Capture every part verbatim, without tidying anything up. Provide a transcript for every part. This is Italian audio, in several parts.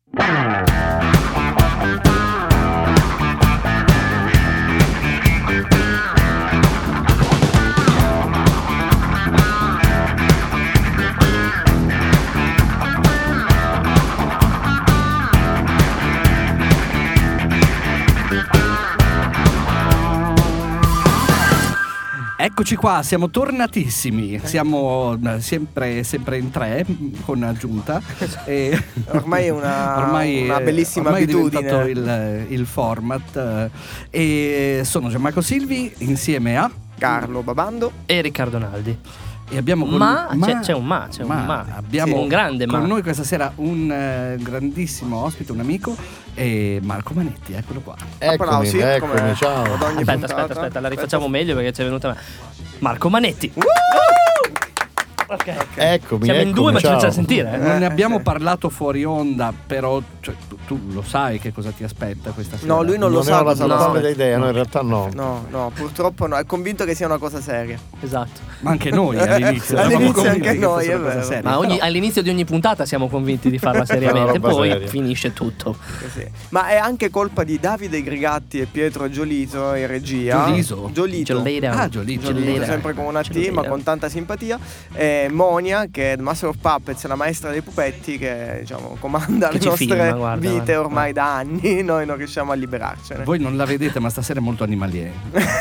Eccoci qua, siamo tornatissimi, siamo sempre, sempre in tre con aggiunta e ormai è una, ormai, una bellissima ormai abitudine. È diventato il, il format e sono Gianmarco Silvi insieme a Carlo Babando e Riccardo Naldi. E abbiamo con ma, ma c'è, c'è un ma, c'è ma, un ma. Abbiamo sì, un grande con ma. noi questa sera un uh, grandissimo ospite, un amico, e Marco Manetti, eccolo qua. Eccomi, Applausi, eccomi, come ciao. ad ogni Aspetta, puntata. aspetta, aspetta, la rifacciamo meglio perché ci è venuta Marco Manetti. Uh! Okay. Okay. Eccomi, Siamo eccomi, in due ma ci ciao. facciamo sentire. Eh? Non ne Eh, abbiamo sì. parlato fuori onda, però cioè, tu, tu lo sai che cosa ti aspetta questa sera. No, lui non, Non lo ne sa ho la cosa più lo pallida aspetta. idea, no, in realtà no. No, no, purtroppo no, è convinto che sia una cosa seria. Esatto. Ma anche noi all'inizio. All'inizio eravamo convinti anche che noi, fosse è una cosa vero. seria. Ma ogni, Però- all'inizio di ogni puntata siamo convinti di farla seriamente, roba poi seria. finisce tutto. Sì. Ma è anche colpa di Davide Grigatti e Pietro Giolito in regia. Gioliso? Giolito. Giolito. Ah, Giolito. Giolito, Giolito. sempre con una T, Giolito. ma con tanta simpatia. E Monia, che è il Master of Puppets, la maestra dei pupetti, che diciamo comanda Che le ci nostre filma, guarda, vite guarda. ormai da anni. Noi non riusciamo a liberarcene. Voi non la vedete, ma stasera è molto animaliere.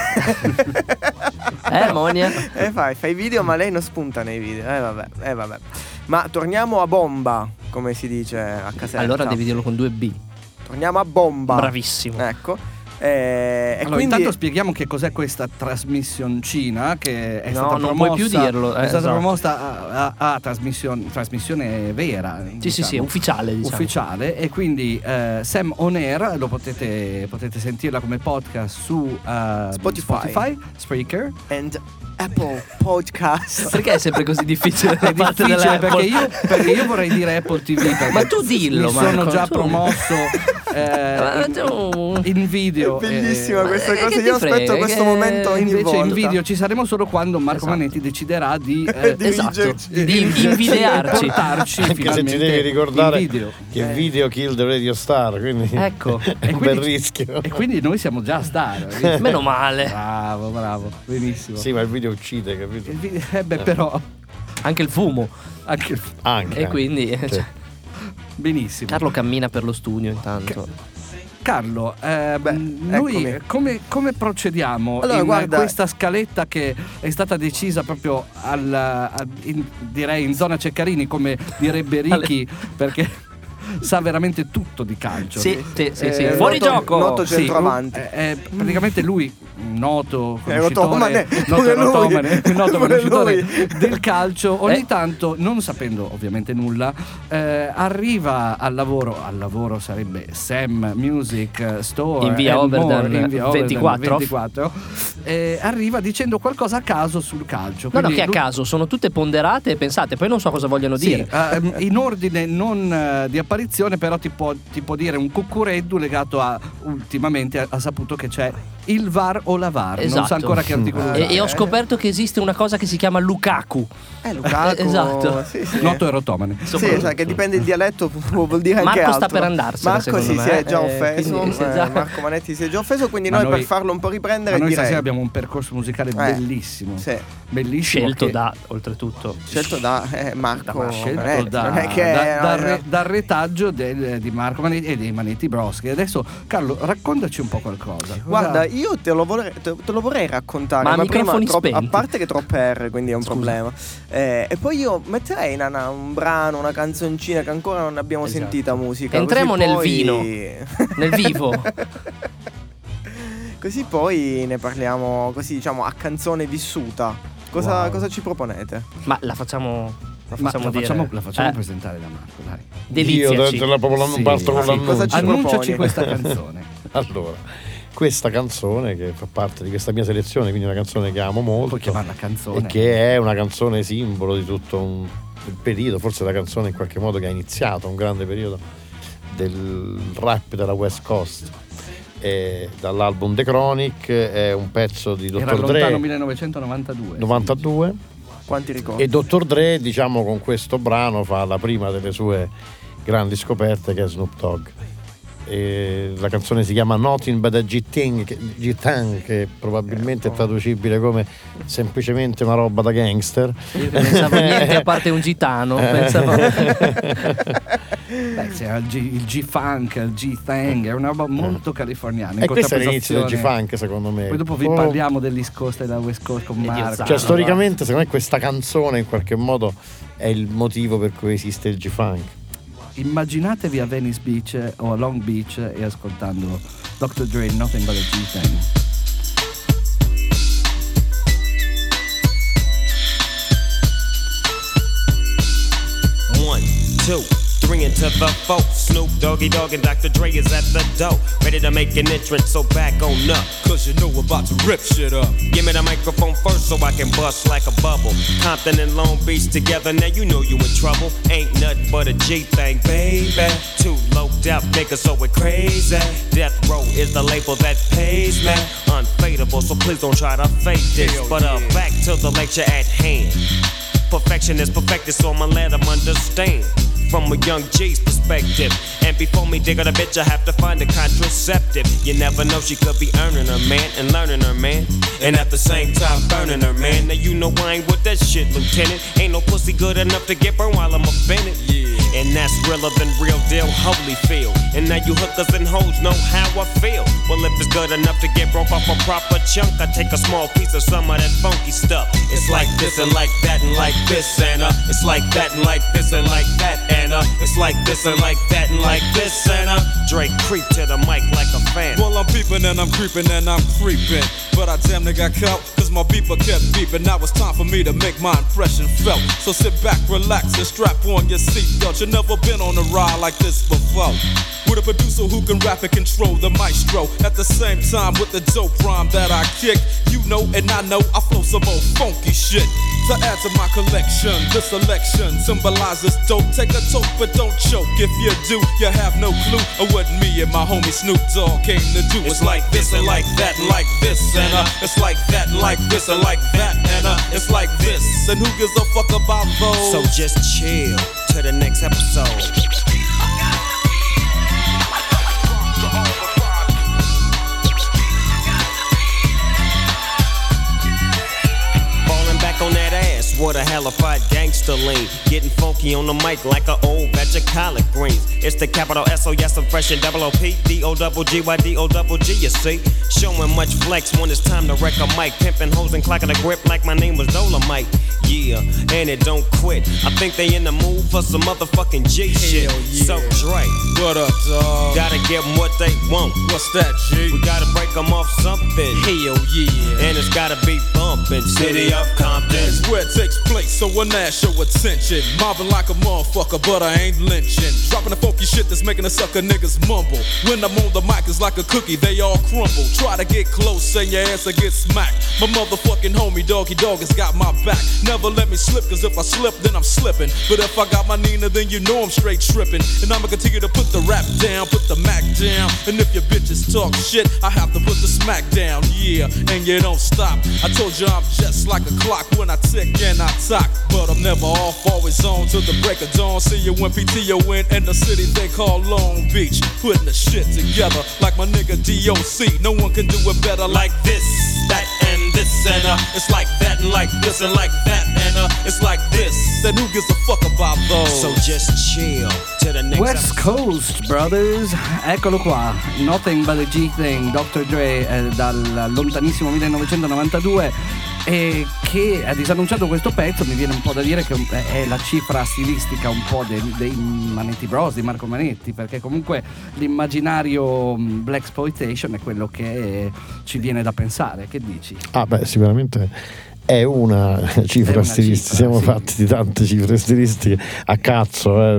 Eh, Monia? Eh, fai, fai video, ma lei non spunta nei video. Eh vabbè, eh vabbè. Ma torniamo a bomba, come si dice a casetta. Allora devi dirlo con due B. Torniamo a bomba. Bravissimo. Ecco. Eh, e Allora, quindi intanto spieghiamo che cos'è questa trasmissioncina che è No, stata non promossa. puoi più dirlo, eh, È stata esatto. promossa a, a, a trasmissione, trasmissione vera. Sì, sì, sì, ufficiale, diciamo. Ufficiale, e quindi eh, Sam On Air lo potete, potete sentirla come podcast su eh, Spotify. Spotify, Spreaker. and Apple Podcast. Perché è sempre così difficile È da parte difficile dell'Apple? perché io, perché io vorrei dire Apple ti vu perché Ma tu dillo, mi sono Marco, già tu. promosso eh, Ma in, tu- in video. Bellissima eh, questa che cosa. ti Io aspetto frega, questo che- momento ogni Invece volta. in video ci saremo solo quando Marco Esatto. Manetti deciderà di eh, Di Esatto, dirigerci. di dirigerci invidiarci. e portarci Anche se finalmente ci devi ricordare in video. che Eh. video kill the radio star, quindi Ecco. è E un quindi- bel rischio. E quindi noi siamo già star. hai visto? Meno male. Bravo, bravo, benissimo. Sì, ma il video uccide, capito? Il video- eh beh, però Anche il fumo. anche Anche. E quindi Sì. cioè, benissimo. Carlo cammina per lo studio intanto. Carlo, eh, Beh, noi eccomi. come, come procediamo Allora, in guarda- questa scaletta che è stata decisa proprio al, a- in- direi in zona Ceccarini, come direbbe Ricky, perché sa veramente tutto di calcio. Sì, sì, sì, sì. Eh, Fuori noto- gioco. noto Sì, centravanti. eh, eh, praticamente lui noto È rotomane, conoscitore, pure noto, lui. rotomane, noto Pure conoscitore lui. del calcio, ogni Eh. tanto, non sapendo ovviamente nulla, eh, arriva al lavoro, al lavoro sarebbe Sam Music Store In via and Oberdan More, in via Oberdan ventiquattro. ventiquattro, eh, arriva dicendo qualcosa a caso sul calcio. No, no, Quindi che a lui- caso sono tutte ponderate e pensate, poi non so cosa vogliono Sì, dire. ehm, in ordine non eh, di apparizione, però ti può, ti può dire un cuccureddu legato a ultimamente ha, ha saputo che c'è il V A R o la V A R, non Esatto. sa ancora che articolo Eh, usare. E, e ho scoperto che esiste una cosa che si chiama Lukaku. Eh, Lukaku. Eh, esatto. Sì, sì. Noto erotomane. Sì, sai che dipende il dialetto, vuol dire anche Marco altro. sta per andarsene, Marco secondo sì, me, si è eh, già eh, offeso. quindi si è eh, già- Marco Manetti si è già offeso, quindi Ma noi, noi- per farlo un po' riprendere Ma noi direi stasera abbiamo un percorso musicale Eh, bellissimo. sì. Bellissimo. Scelto che- da, oltretutto. scelto da eh, Marco da, scelto Manetti. da- non è che da- è- dal, re- dal retaggio del- di Marco Manetti e dei Manetti Broschi. Adesso Carlo, raccontaci un po' qualcosa. Guarda, Cosa- io te lo vorrei, te, te lo vorrei raccontare, Ma a ma, prima microfoni troppo- a spenti. parte che troppe R, quindi è un Scusa. problema. Eh, e poi io metterei una- una- un brano, una canzoncina che ancora non abbiamo Esatto. sentita musica. Entriamo così nel poi- vino. Nel vivo. Così poi ne parliamo così, diciamo, a canzone vissuta. Cosa, Wow. cosa ci proponete? Ma la facciamo. La Ma facciamo la dire. facciamo, la facciamo Eh, presentare da Marco, dai. Io Deliziaci. te la proprio l'anno Sì, parto con sì, l'annuncio. cosa ci Annunciaci proponi? questa canzone. Allora, questa canzone che fa parte di questa mia selezione, quindi una canzone che amo molto Puoi chiamarla canzone. e che è una canzone simbolo di tutto un il periodo, forse la canzone in qualche modo che ha iniziato un grande periodo del rap della West Coast. E dall'album The Chronic è un pezzo di Era dottor lontano Dre millenovecentonovantadue. novantadue Quanti ricordi? e dottor Dre, diciamo, con questo brano fa la prima delle sue grandi scoperte, che è Snoop Dogg. E la canzone si chiama Nothing But a G-Thing, G-Thang, che probabilmente è traducibile come semplicemente una roba da gangster. Io pensavo niente a parte un gitano, pensavo. Beh, c'era il, G, il G-Funk, il G-Thang, è una roba molto californiana. E questo è l'inizio del G-Funk, secondo me. Poi dopo vi oh. parliamo dell'East Coast e della West Coast con Marco. Cioè, storicamente, secondo me questa canzone in qualche modo è il motivo per cui esiste il G-Funk. Immaginatevi a Venice Beach o a Long Beach e ascoltando doctor Dre, Nothing But a G-Thing. One, two, three into the four. Snoop Doggy Dogg and doctor Dre is at the door, ready to make an entrance, so back on up, cause you know we're about to rip shit up. Give me the microphone first so I can bust like a bubble. Compton and Long Beach together, now you know you in trouble. Ain't nothing but a G-Thing, baby. Two loped out niggas, so we're crazy. Death Row is the label that pays me. Unfadable, so please don't try to fake this. Hell but uh, yeah. back to the lecture at hand. Perfection is perfected, so I'ma let them understand from a young G's perspective. And before me dig on a bitch, I have to find a contraceptive. You never know, she could be earning her man and learning her man, and at the same time burning her man. Now you know I ain't with that shit, Lieutenant. Ain't no pussy good enough to get burned while I'm offended. Yeah. And that's realer than real deal, Holyfield. And now you hookers and hoes know how I feel. Well, if it's good enough to get broke off a proper chunk, I take a small piece of some of that funky stuff. It's like this and like that and like this and uh, it's like that and like this and like that and uh, it's like this and like that and like this and uh, Drake creep to the mic like a fan. Well, I'm peeping and I'm creeping and I'm creeping, but I damn near got caught cause my beeper kept beeping. Now it's time for me to make my impression felt. So sit back, relax and strap on your seatbelt. You've never been on a ride like this before, with a producer who can rap and control the maestro. At the same time with the dope rhyme that I kick, you know and I know I flow some old funky shit. To add to my collection, this selection symbolizes dope. Take a toke but don't choke. If you do, you have no clue of what me and my homie Snoop Dogg came to do. It's like this and like that and like this and uh, it's like that and like this and like that and uh, it's like this. And who gives a fuck about those? So just chill to the next episode. On that ass, what a halified gangster lean. Getting funky on the mic like an old batch of collard greens. It's the capital S O, yes I'm fresh and double O P D O double G Y D O double G, you see. Showing much flex when it's time to wreck a mic. Pimping hoes and clocking a grip like my name was Dolomite. Yeah, and it don't quit. I think they in the mood for some motherfucking G shit. Yeah. So Dre, What up, dog? gotta give them what they want. What's that, G? We gotta break them off something. Hell yeah. And it's gotta be bumpin'. City of Compton. It's where it takes place, so when I show attention. Mobbing like a motherfucker, but I ain't lynching. Dropping the funky shit that's making the sucker niggas mumble. When I'm on the mic, it's like a cookie, they all crumble. Try to get close and your ass will get smacked. My motherfucking homie, Doggy Dogg, has got my back. Never let me slip, cause if I slip, then I'm slipping. But if I got my Nina, then you know I'm straight tripping. And I'ma continue to put the rap down, put the Mac down. And if your bitches talk shit, I have to put the smack down, yeah. And you don't stop. I told you I'm just like a clock when I tick and I talk. But I'm never off, always on till the break of dawn. See you when P T O in in the city they call Long Beach. Putting the shit together like my nigga D O C. No one can do it better like this, that, and this, and uh, it's like that, and like this, and like that, and uh, it's like this. Then who gives a fuck about those? So just chill to the next West episode. Coast Brothers, eccolo qua, Nothing But a G-Thing, doctor Dre eh, dal lontanissimo millenovecentonovantadue, e che ha disannunciato questo pezzo. Mi viene un po' da dire che è la cifra stilistica un po' dei, dei Manetti Bros, di Marco Manetti, perché comunque l'immaginario blaxploitation è quello che ci viene da pensare. Che dici? Ah beh, sicuramente è una cifra È una stilistica, cifra, siamo sì. fatti di tante cifre stilistiche a cazzo, eh,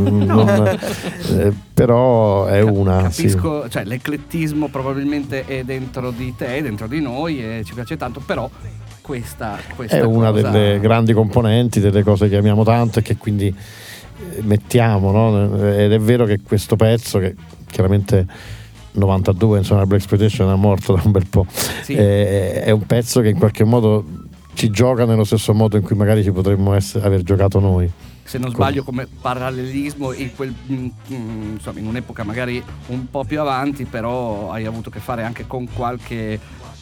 non- eh, però è una. Capisco, sì. cioè l'eclettismo probabilmente è dentro di te, è dentro di noi e ci piace tanto, però questa, questa È una cosa... delle grandi componenti, delle cose che amiamo tanto e che quindi eh, mettiamo, no? Ed è vero che questo pezzo, che chiaramente novantadue, insomma, la Blaxploitation è morto da un bel po', Sì. è, è un pezzo che in qualche modo ci gioca nello stesso modo in cui magari ci potremmo essere, aver giocato noi. se non sbaglio come parallelismo in, quel, in, insomma, in un'epoca magari un po' più avanti, però hai avuto a che fare anche con qualche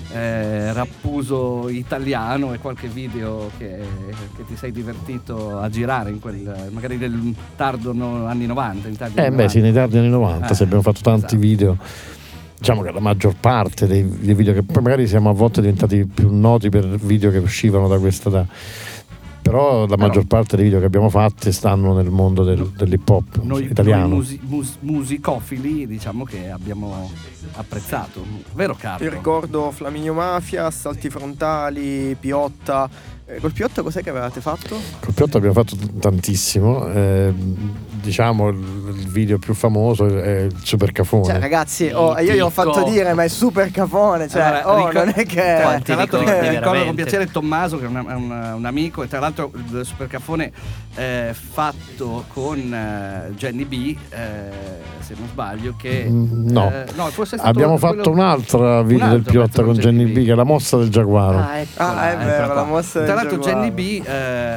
eh, rappuso italiano e qualche video che, che ti sei divertito a girare in quel, magari nel tardo no, anni novanta. In tardi eh anni beh novanta. sì, nei tardi anni novanta Eh, sì, abbiamo fatto tanti esatto. video. Diciamo che la maggior parte dei, dei video che poi magari siamo a volte diventati più noti per video che uscivano da questa da, però la Però, maggior parte dei video che abbiamo fatti stanno nel mondo del, dell'hip hop Noi, italiano. noi musi- mus- musicofili diciamo che abbiamo apprezzato, vero Carlo? Io ricordo Flaminio Mafia, Salti Frontali, Piotta. Eh, col Piotta cos'è che avevate fatto? Col Piotta abbiamo fatto t- tantissimo, eh, diciamo il, il video più famoso è il Super Cafone. Cioè ragazzi, oh, io gli ho fatto dire ma è super cafone, cioè Allora, oh, ricor- non è che Quanti tra l'altro ricordi, ricordo con veramente. piacere Tommaso che è, una- è un, un amico, e tra l'altro il Super Cafone eh, fatto con eh, Jenny B, eh, se non sbaglio, che Mm, no. eh, no, forse è stato Abbiamo quello- fatto un'altra video un del altro Piotta pezzo con Jenny B, che è la mossa del giaguaro. Ah, eccola, Ah, è eccola vero, qua. la mossa del Tra l'altro giaguaro. Jenny B eh,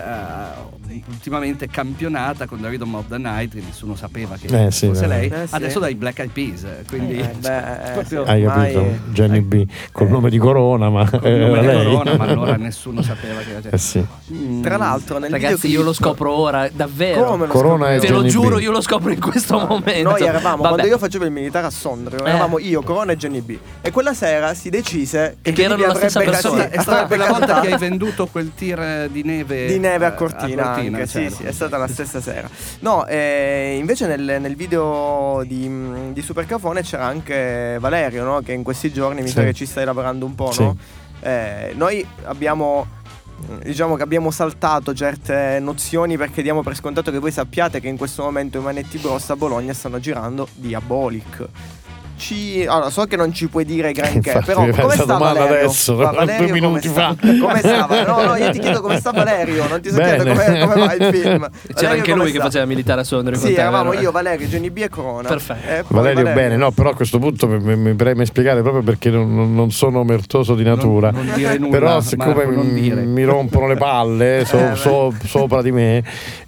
eh, ultimamente campionata con The Rhythm of the Night, che nessuno sapeva che Eh, sì, fosse eh. lei, Eh, sì. adesso dai Black Eyed Peas, quindi Eh, beh, eh, proprio- sì. Hai ormai- capito? Jenny B col nome di Corona, ma con il era nome di lei. Corona, ma allora nessuno sapeva che era Eh sì. Mm. Tra l'altro nel Ragazzi, videoclip- io lo scopro ora, davvero. Come lo Corona e Ve lo Jenny giuro, B. io lo scopro in questo momento. Noi eravamo, Vabbè. quando io facevo il militare a Sondrio, Eh. eravamo io, Corona e Jenny B. E quella sera si decise Che Jenny erano B la stessa avrebbe- persona. sì, È stata quella avrebbe volta che cantato hai venduto quel tir di neve di neve a eh, Cortina, anche, sì, certo. sì, è stata la stessa sera. No, eh, invece nel, nel video di, di Super Cafone c'era anche Valerio, no? Che in questi giorni mi Sì. sa che ci stai lavorando un po', Sì. no? Eh, noi abbiamo, diciamo che abbiamo saltato certe nozioni perché diamo per scontato che voi sappiate che in questo momento i Manetti Bros a Bologna stanno girando Diabolic. Ci... Allora, so che non ci puoi dire granché, Infatti, però mi fai come questa sta domanda Valerio? adesso, Va- due Valerio come minuti sta? fa. Come stava? No, no, io ti chiedo come sta Valerio, non ti so Bene. chiedere come, come va il film. C'era Valerio anche come lui che sta? faceva militare a Sondrio con Sì, te, eravamo vero? io, Valerio, Jenny B e Corona. Perfetto. E poi Valerio, bene, no, però a questo punto mi, mi preme spiegare proprio perché non, non sono omertoso di natura. Non, non dire nulla, Però siccome Marco, non mi, dire. mi rompono le palle so- Eh, beh. so- sopra di me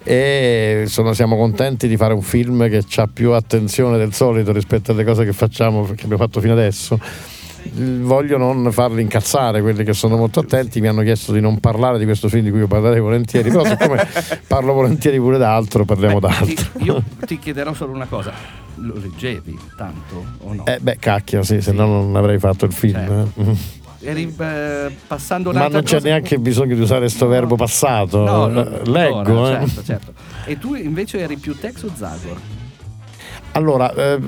e sono- siamo contenti di fare un film che ha più attenzione del solito rispetto alle cose che facciamo, che abbiamo fatto fino adesso. Voglio non farli incazzare quelli che sono molto attenti. Mi hanno chiesto di non parlare di questo film di cui io parlerei volentieri, però siccome parlo volentieri pure d'altro, parliamo Beh, d'altro. ti- io ti chiederò solo una cosa: lo leggevi tanto o no? Eh beh, cacchio, sì, se no non avrei fatto il film. Certo. eh. Eri eh, passando Ma un'altra non c'è cosa- neanche bisogno di usare sto verbo passato. No, no, Eh, leggo. ancora, eh. certo, certo. E tu invece eri più Tex o Zagor? Allora, eh,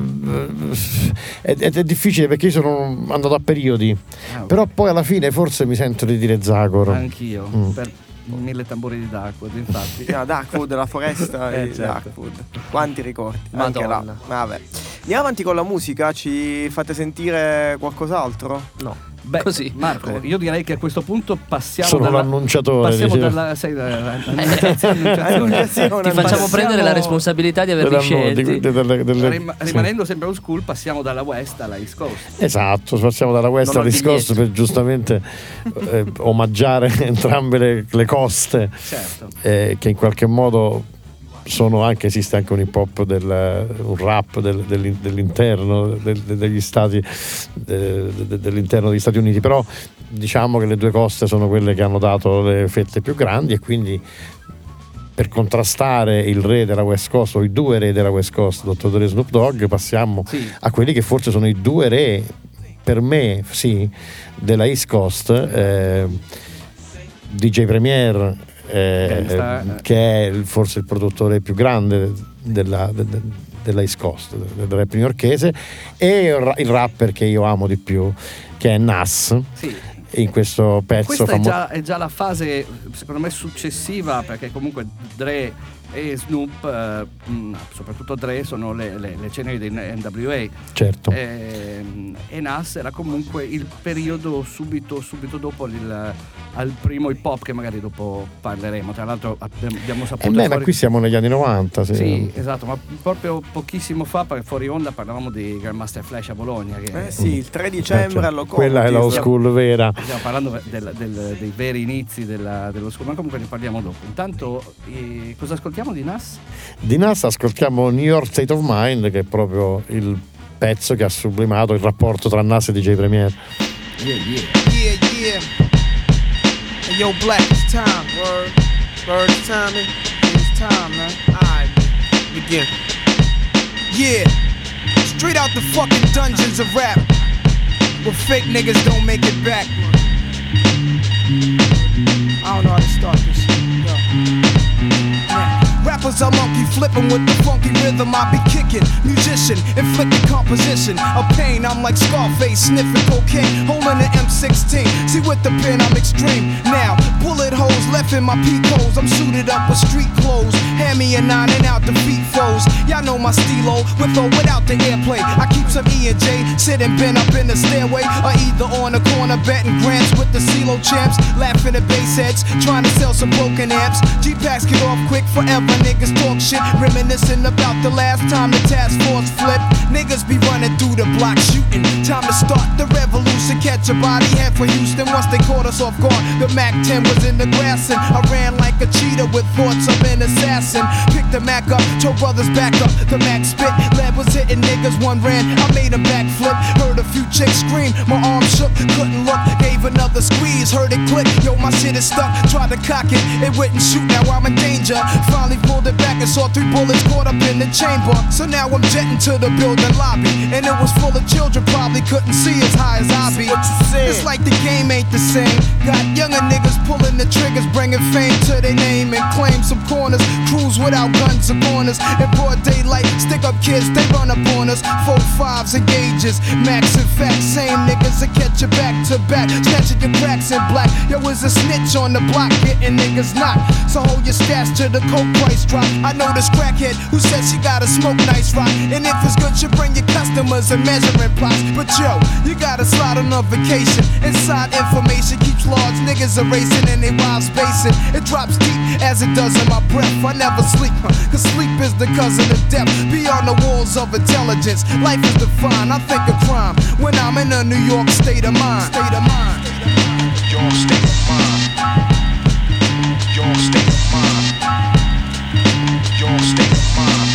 è, è- è difficile perché io sono andato a periodi, Ah, ok. però poi alla fine forse mi sento di dire Zagor. Anch'io, Mm. per mille tamburi di Darkwood, infatti. Ah, Darkwood, la foresta Eh, di certo. Darkwood. Quanti ricordi? Anche là. Madonna. Vabbè. Andiamo avanti con la musica, ci fate sentire qualcos'altro? No. Beh, Così. Marco, io direi che a questo punto passiamo Sono dalla, l'annunciatore. passiamo dicevo. dalla sai, dalla- annunciazione, annunciazione. Ti facciamo Passiamo- prendere la responsabilità di averli Della- scelti. di- de- delle- delle- Rim- sì. rimanendo sempre old school, passiamo dalla West alla East Coast. Esatto, passiamo dalla West Non ho il all'East Coast biglietto. per giustamente eh, omaggiare entrambe le, le coste, Certo. eh, che in qualche modo sono anche, esiste anche un hip hop, del, un rap del- dell'in- dell'interno del- degli stati, de- de- dell'interno degli Stati Uniti, però diciamo che le due coste sono quelle che hanno dato le fette più grandi, e quindi per contrastare il re della West Coast o i due re della West Coast, dottor Dre e Snoop Dogg, passiamo Sì. a quelli che forse sono i due re, per me sì, della East Coast, eh, D J Premier, eh, Gangsta, eh, che è il- forse il produttore più grande della, de- de- della East Coast, del del rap newyorkese, e il ra- il rapper che io amo di più, che è Nas, Sì. in questo pezzo Questa è famoso. già, è già la fase, secondo me, successiva, perché comunque Dre e Snoop, eh, mh, soprattutto Dre, sono le, le, le ceneri dei N W A. Certo. Ehm, e Nas era comunque il periodo subito, subito dopo il, al primo hip hop, che magari dopo parleremo. Tra l'altro abbiamo, abbiamo saputo Eh beh, ma fuori- qui siamo negli anni novanta, sì. Sì, esatto, ma proprio pochissimo fa, perché fuori onda parlavamo di Grandmaster Flash a Bologna, che Eh sì, il tre dicembre Eh, cioè, allo quella è la old Contis. school vera. stiamo parlando del- del- dei veri inizi della- dello scuola, ma comunque ne parliamo dopo. Intanto, eh, cosa ascoltiamo ascoltiamo di Nas? Di Nas ascoltiamo New York State of Mind, che è proprio il pezzo che ha sublimato il rapporto tra Nas e D J Premier. Yeah, yeah. Yeah, yeah. Hey, yo, Black, it's time. Word. Word, it's time. It's time, man. Alright, begin. Yeah. Straight out the fucking dungeons of rap, where fake niggas don't make it back. I don't know how to start this shit. Yo. Yeah. Rappers are monkey flipping with the funky rhythm I be kicking. Musician, inflicting composition of pain. I'm like Scarface, sniffing cocaine, holding an M sixteen. See with the pen I'm extreme. Now, bullet holes left in my peak holes. I'm suited up with street clothes. Hand me a nine and out the feet foes. Y'all know my stilo, with or without the airplay. I keep some E and J, sitting bent up in the stairway, or either on the corner betting grants with the CeeLo champs. Laughing at bass heads, trying to sell some broken amps. G-Packs get off quick forever. Niggas talk shit, reminiscing about the last time the task force flipped. Niggas be running through the block shooting. Time to start the revolution. Catch a body head for Houston once they caught us off guard. The Mac ten was in the grass and I ran like a cheetah with thoughts of an assassin. Picked the Mac up, told brothers back up. The Mac spit, lead was hitting niggas, one ran. I made a backflip, heard a few chicks scream. My arm shook, couldn't look, gave another squeeze, heard it click. Yo, my shit is stuck, tried to cock it, it wouldn't shoot, now I'm in danger. Finally pulled it back and saw three bullets caught up in the chamber. So now I'm jetting to the building lobby, and it was full of children, probably couldn't see as high as I be. What you say? It's like the game ain't the same. Got younger niggas pulling the triggers, bringing fame to their name and claim some corners. Cruise without guns or corners. In broad daylight, stick up kids, they run up on us. Four fives and gauges, max and facts. Same niggas that catch you back to back, snatching your cracks in black. Yo, is a snitch on the block, getting niggas knocked. So hold your stats till the coke price drop. I know this crackhead who said she gotta smoke nice rock, and if it's good, you bring your customers and measuring plots. But yo, you gotta slide on a vacation. Inside information keeps large niggas erasing and they wild spacing. It drops deep as it does in my breath. I never sleep, huh? Cause sleep is the cousin of death. Beyond the walls of intelligence, life is defined. I think of crime when I'm in a New York state of mind. State of mind. Your state of mind. Your state of mind. Your state of mind.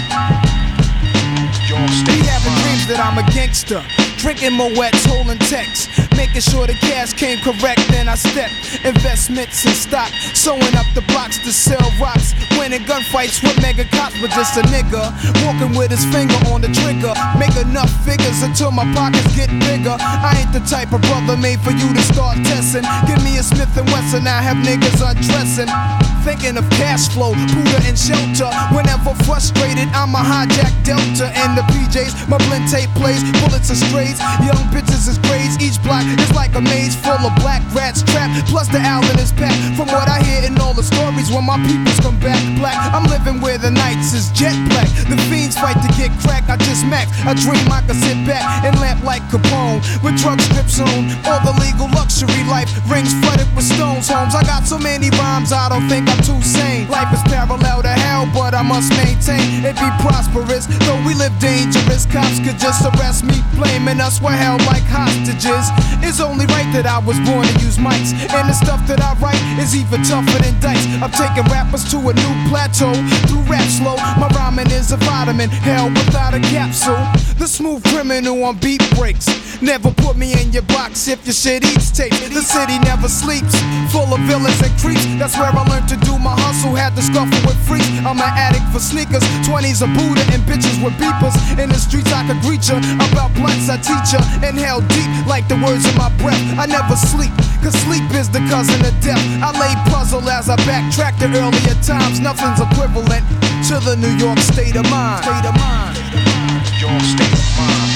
Your state Be of having mind. dreams that I'm a gangster, drinking Moet's, holding texts, making sure the cash came correct. Then I step investments in stock, sewing up the blocks to sell rocks, winning gunfights with mega cops. But just a nigga walking with his finger on the trigger, make enough figures until my pockets get bigger. I ain't the type of brother made for you to start testing. Give me a Smith and Wesson, I have niggas undressing, thinking of cash flow, Buddha and shelter. Whenever frustrated, I'm a hijack Delta and the P Js. My blend tape plays, bullets are strays, young bitches is grades. Each block is like a maze full of black rats trapped. Plus the Allen is packed. From what I hear in all the stories, when my peoples come back black, I'm living where the nights is jet black. The fiends fight to get crack. I just max. I dream I could sit back and lamp like Capone with drug strips on. All the legal luxury life rings flooded with stones. Homes. I got so many rhymes, I don't think I'm too sane. Life is parallel to hell, but I must maintain it be prosperous. Though we live dangerous, cops could just arrest me, blaming us we're held like hostages. It's only right that I was born to use mics, and the stuff that I write is even tougher than dice. I'm taking rappers to a new plateau through rap slow. My rhyming is a vitamin, hell without a capsule. The smooth criminal on beat breaks. Never put me in your box if your shit eats tape. The city never sleeps, full of villains and creeps. That's where I learned to do my hustle, had to scuffle with freaks. I'm an addict for sneakers, twenties a Buddha and bitches with beepers. In the streets I could greet ya, about blunts I teach ya. Inhale deep like the words in my breath. I never sleep, cause sleep is the cousin of death. I lay puzzle as I backtrack to earlier times. Nothing's equivalent to the New York state of mind. State of mind. Your state of mind.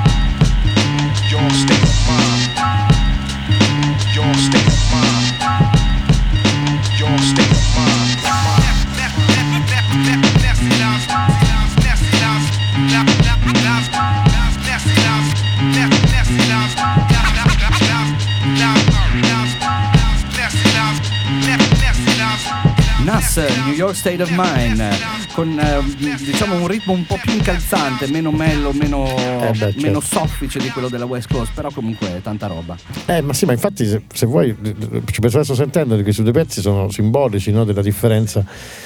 Your state of mind. Your state of mind. Your state of mind. Nas, New York State of Mind, con eh, diciamo un ritmo un po' più incalzante, meno mellow, meno, Eh beh, certo. meno soffice di quello della West Coast, però comunque è tanta roba. Eh, ma sì, ma infatti se, se vuoi ci penso adesso sentendo che questi due pezzi sono simbolici, no, della differenza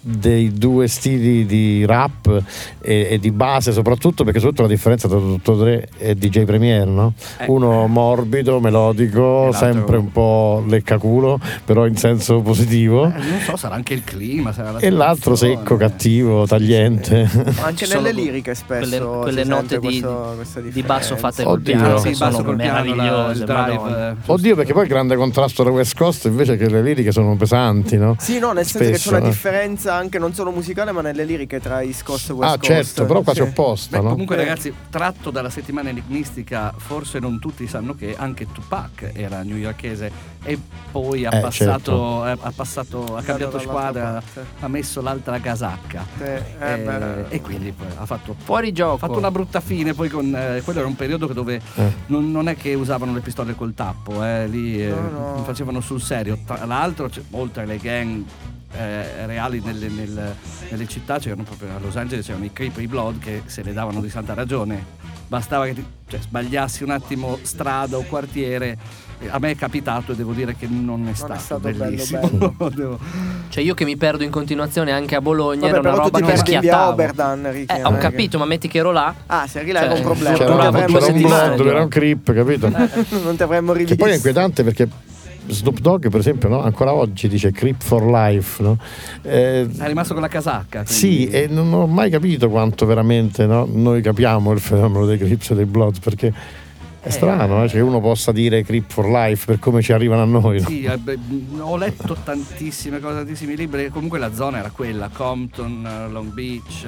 dei due stili di rap e, e di base, soprattutto perché soprattutto la differenza tra dottor Dre e D J Premier, no? Eh. Uno morbido, melodico, sempre un po' leccaculo, però in senso positivo, Eh, non so, sarà anche il clima, sarà la e l'altro situazione. secco, cattivo, tagliente. Anche Ci nelle sono liriche spesso quelle, quelle si note sente di, questo- questa di basso differenza. fatte col Oddio. piano, Sì, che basso sono col piano, la- meravigliose, il drive, Madonna. eh, Oddio, perché poi il grande contrasto della West Coast invece che le liriche sono pesanti, no? Sì, no, nel senso che c'è Spesso, una eh. differenza anche non solo musicale, ma nelle liriche tra East Coast e West Ah, Coast. certo, però quasi Sì. opposta, Beh, no? comunque Eh. ragazzi, tratto dalla settimana enigmistica, forse non tutti sanno che anche Tupac era newyorkese e poi ha Eh, passato, certo. eh, ha passato, ha cambiato dall'altra squadra, parte. ha messo l'altra casacca. Sì, eh, Eh, beh. e quindi poi ha fatto, Fuori ha gioco. fatto una brutta fine. Poi con eh, quello era un periodo dove Eh. non, non è che usavano le pistole col tappo, eh, lì eh, No, no. facevano sul serio. Tra l'altro, c'è- oltre alle gang eh, reali nelle, nel- nelle città, c'erano proprio a Los Angeles c'erano i Crip e i Blood che se ne davano di santa ragione. Bastava che ti, cioè, sbagliassi un attimo strada o quartiere. Eh, A me è capitato e devo dire che non è stato, stato bello, bellissimo. Devo- Cioè io che mi perdo in continuazione anche a Bologna, Vabbè, era una però tu roba ti che perdi in via schiattavo. Oberdan, Ricky, Eh, non ho è che- capito, ma metti che ero là. Ah, se eri là Cioè, era un problema. C'era, non ti durava avremmo c'era un due settimane. blondo, era un creep, capito? non ti avremmo rivisto. Che poi è inquietante perché Snoop Dogg, per esempio, no? Ancora oggi dice Creep for Life, no? Eh, È rimasto con la casacca. sì, quindi- e non ho mai capito quanto veramente, no? Noi capiamo il fenomeno dei Crips e dei Bloods, perché è strano, eh? Cioè, che uno possa dire Creep for Life per come ci arrivano a noi, no? Sì, eh, beh, ho letto tantissime cose, tantissimi libri. Comunque la zona era quella, Compton, eh, Long Beach.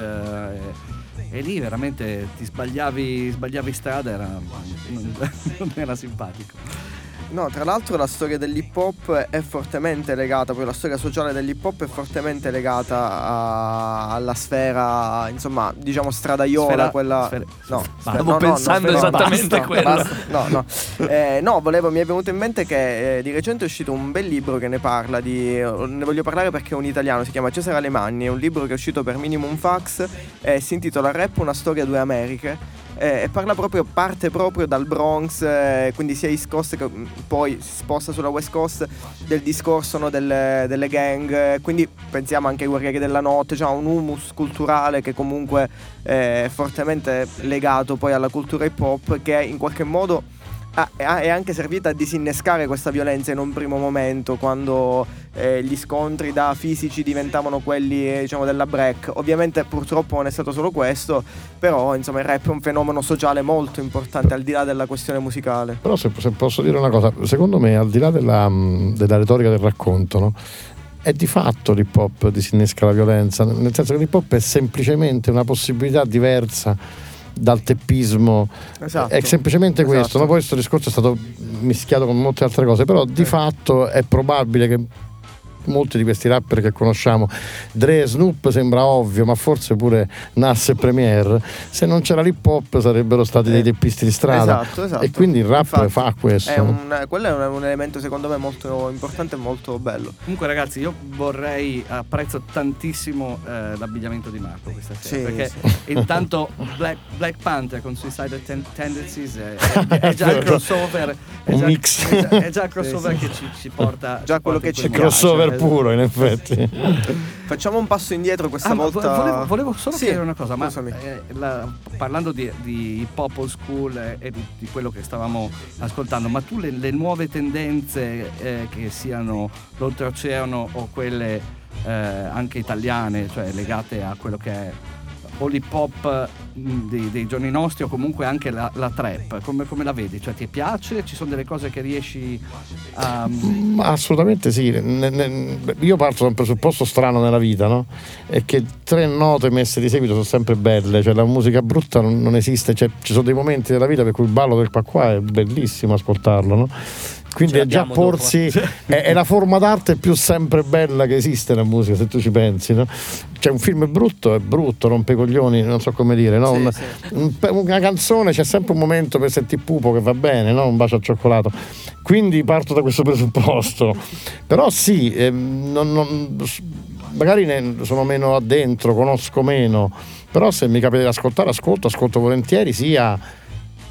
eh, e lì veramente ti sbagliavi, sbagliavi strada, era, non, non era simpatico. No, tra l'altro la storia dell'hip hop è fortemente legata, poi la storia sociale dell'hip hop è fortemente legata a- alla sfera, insomma, diciamo stradaiola, Sfera- quella sfera- no, Stavo no, no, pensando no, esattamente basta, quello. basta, no, no. Eh, no, volevo, mi è venuto in mente che eh, di recente è uscito un bel libro che ne parla di, ne voglio parlare perché è un italiano, si chiama Cesare Alemanni, è un libro che è uscito per Minimum Fax e si intitola Rap, una storia due Americhe. Eh, e parla proprio, parte proprio dal Bronx, eh, quindi sia East Coast che mh, poi si sposta sulla West Coast, del discorso, no, delle, delle gang, eh, quindi pensiamo anche ai Guerrieri della Notte, cioè un humus culturale che comunque è fortemente legato poi alla cultura hip hop, che in qualche modo ha- è anche servita a disinnescare questa violenza in un primo momento, quando eh, gli scontri da fisici diventavano quelli, eh, diciamo, della break. Ovviamente purtroppo non è stato solo questo, però insomma il rap è un fenomeno sociale molto importante al di là della questione musicale. Però se, se posso dire una cosa, secondo me al di là della, mh, della retorica del racconto, no? È di fatto l'hip hop disinnesca la violenza, nel senso che l'hip hop è semplicemente una possibilità diversa dal teppismo. Esatto. È semplicemente Esatto. questo, no? Poi questo discorso è stato mischiato con molte altre cose, però di Eh. fatto è probabile che molti di questi rapper che conosciamo, Dre e Snoop sembra ovvio, ma forse pure Nas e Premier, se non c'era l'hip hop sarebbero stati dei teppisti di strada. Esatto, esatto. E quindi il rap Infatti, fa questo. È un, quello è un, un elemento secondo me molto importante e molto bello. Comunque ragazzi, io vorrei, apprezzo tantissimo eh, l'abbigliamento di Marco questa sera, Sì, perché sì. intanto Black, Black Panther con Suicidal Ten- Tendencies è, è- è già il crossover, è Un già, mix. è già, è già il crossover Sì, sì. che ci, ci porta Già ci quello porta che in ci quel piace. modo. Crossover puro, in effetti. Facciamo un passo indietro questa Ah, ma volta. volevo, volevo solo Sì, chiedere una cosa, ma scusami. eh, la- parlando di, di hip hop old school e, e di, di quello che stavamo ascoltando, ma tu le, le nuove tendenze eh, che siano l'oltreoceano o quelle eh, anche italiane, cioè legate a quello che è o l'hip hop mh, dei, dei giorni nostri o comunque anche la, la trap, come, come la vedi? Cioè ti piace? Ci sono delle cose che riesci a... Ma assolutamente sì. Ne- ne- io parto da un presupposto strano nella vita, no? È che tre note messe di seguito sono sempre belle, cioè la musica brutta non, non esiste, cioè, ci sono dei momenti della vita per cui il ballo del qua qua è bellissimo ascoltarlo, no? Quindi Ce è già l'abbiamo porsi, è, è la forma d'arte più sempre bella che esiste nella musica, se tu ci pensi, no? Cioè un film è brutto, è brutto, rompe i coglioni, non so come dire, no? Sì, Un- sì. un pe- una canzone c'è sempre un momento per sentire pupo che va bene, no? Un bacio al cioccolato. Quindi parto da questo presupposto. Però sì, ehm, non- non- magari ne sono meno addentro, conosco meno, però se mi capita di ascoltare, ascolto, ascolto volentieri sia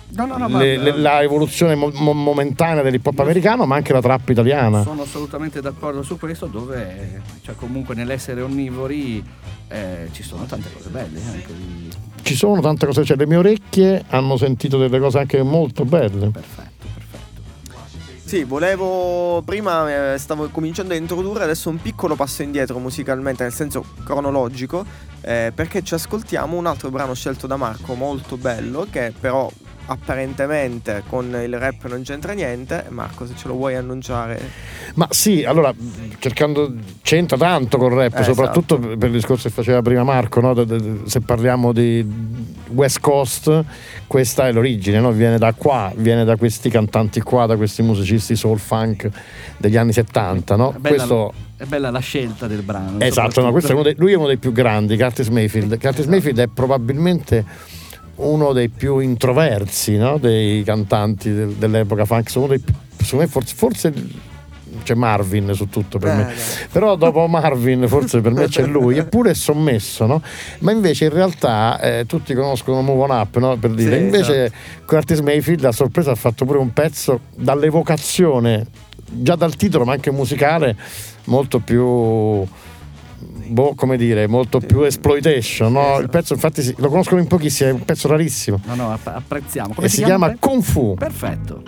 No, no, no, le, guarda, le, la evoluzione mo- mo- momentanea dell'hip hop americano, ma anche la trap italiana. sono assolutamente d'accordo su questo, dove cioè comunque nell'essere onnivori eh, ci sono tante cose belle anche di... Ci sono tante cose, cioè le mie orecchie hanno sentito delle cose anche molto belle. Perfetto, perfetto. Sì, volevo prima eh, stavo cominciando a introdurre adesso un piccolo passo indietro musicalmente, nel senso cronologico, eh, perché ci ascoltiamo un altro brano scelto da Marco molto bello, che però apparentemente con il rap non c'entra niente. Marco, se ce lo vuoi annunciare. Ma sì, allora cercando c'entra tanto col rap, Eh, soprattutto esatto. per il discorso che faceva prima Marco, no? De- de- se parliamo di West Coast, questa è l'origine, no? Viene da qua, viene da questi cantanti qua, da questi musicisti soul funk degli anni settanta, no? È bella, Questo è bella la scelta del brano. esatto, no, questo è uno dei, lui è uno dei più grandi, Curtis Mayfield. Curtis Mayfield è probabilmente uno dei più introversi, no? Dei cantanti del, dell'epoca funk. Uno dei, secondo me forse, forse c'è Marvin su tutto per Eh, me, dai. però dopo Marvin forse per me c'è lui, eppure è sommesso, no? Ma invece in realtà eh, tutti conoscono Move On Up, no? Per dire, Sì, invece Curtis Mayfield a sorpresa ha fatto pure un pezzo dall'evocazione, già dal titolo ma anche musicale, molto più boh, come dire, molto più exploitation, no? Il pezzo infatti si- lo conoscono in pochissimi, è un pezzo rarissimo No, no, app- apprezziamo. Come e si chiama Kung Fu. Perfetto.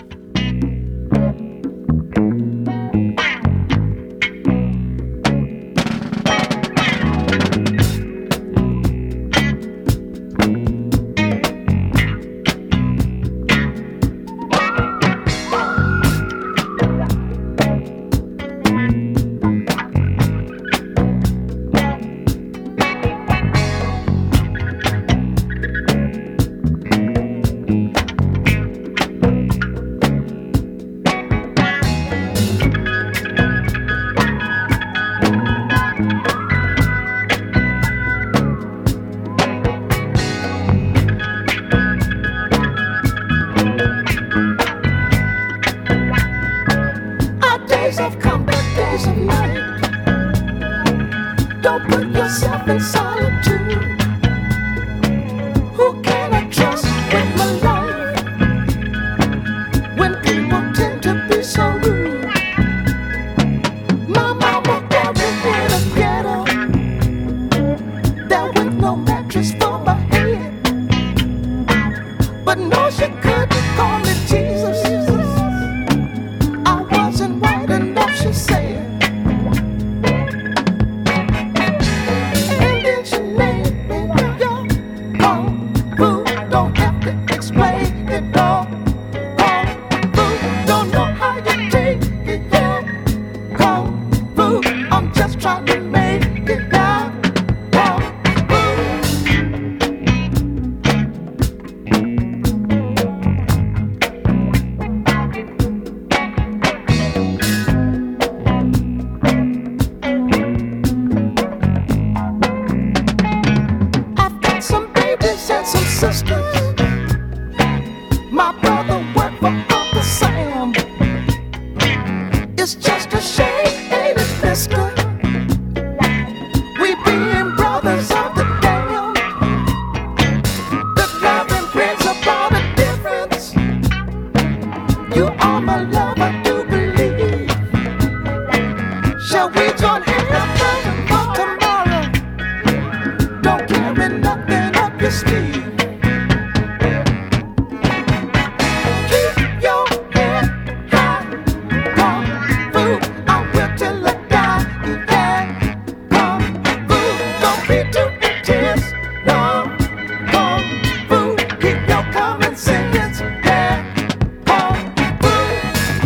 Our days have come, but days of night. Don't put yourself in solitude. Who can I trust with my life when people tend to be so rude? My mama buried in a ghetto, there with no mattress for my head. But no, she couldn't call me Jesus. I wasn't white enough, she said. And then she made me your kung fu. Don't have to explain it all. Kung fu, don't know how you take it, yeah. Kung fu, I'm just trying to make it now. Kung fu. I've got some babies and some sisters. My brother worked for Uncle Sam. It's just a shame, ain't it, mister? We being brothers of the damned. The loving brings about a difference. You are my love, I do believe. Shall we join hands for tomorrow? Don't carry nothing up your sleeve. Keep your head high. Kung fu, I will till I die. Yeah. Kung fu, don't be too intense. No. Kung fu, keep your common sense. Yeah. Kung fu.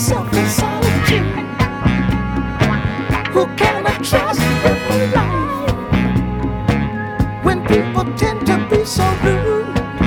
himself in solitude. Who can I trust in life when people tend to be so rude?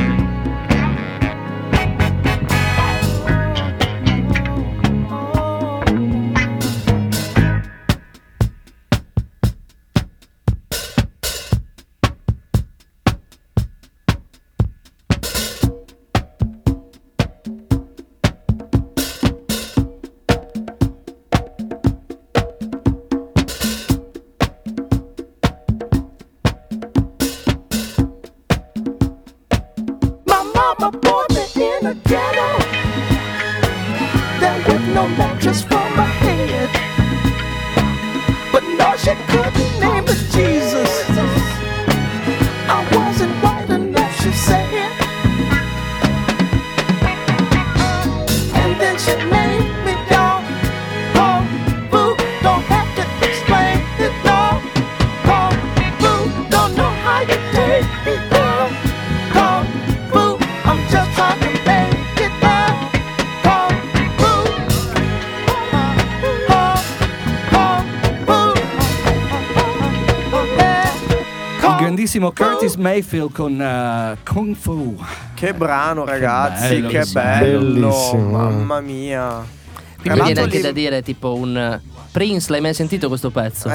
Curtis Mayfield con uh, Kung Fu. Che brano, ragazzi, che bello, bello, bellissimo. mamma mia. Quindi viene anche lì... da dire tipo un Prince, l'hai mai sentito questo pezzo?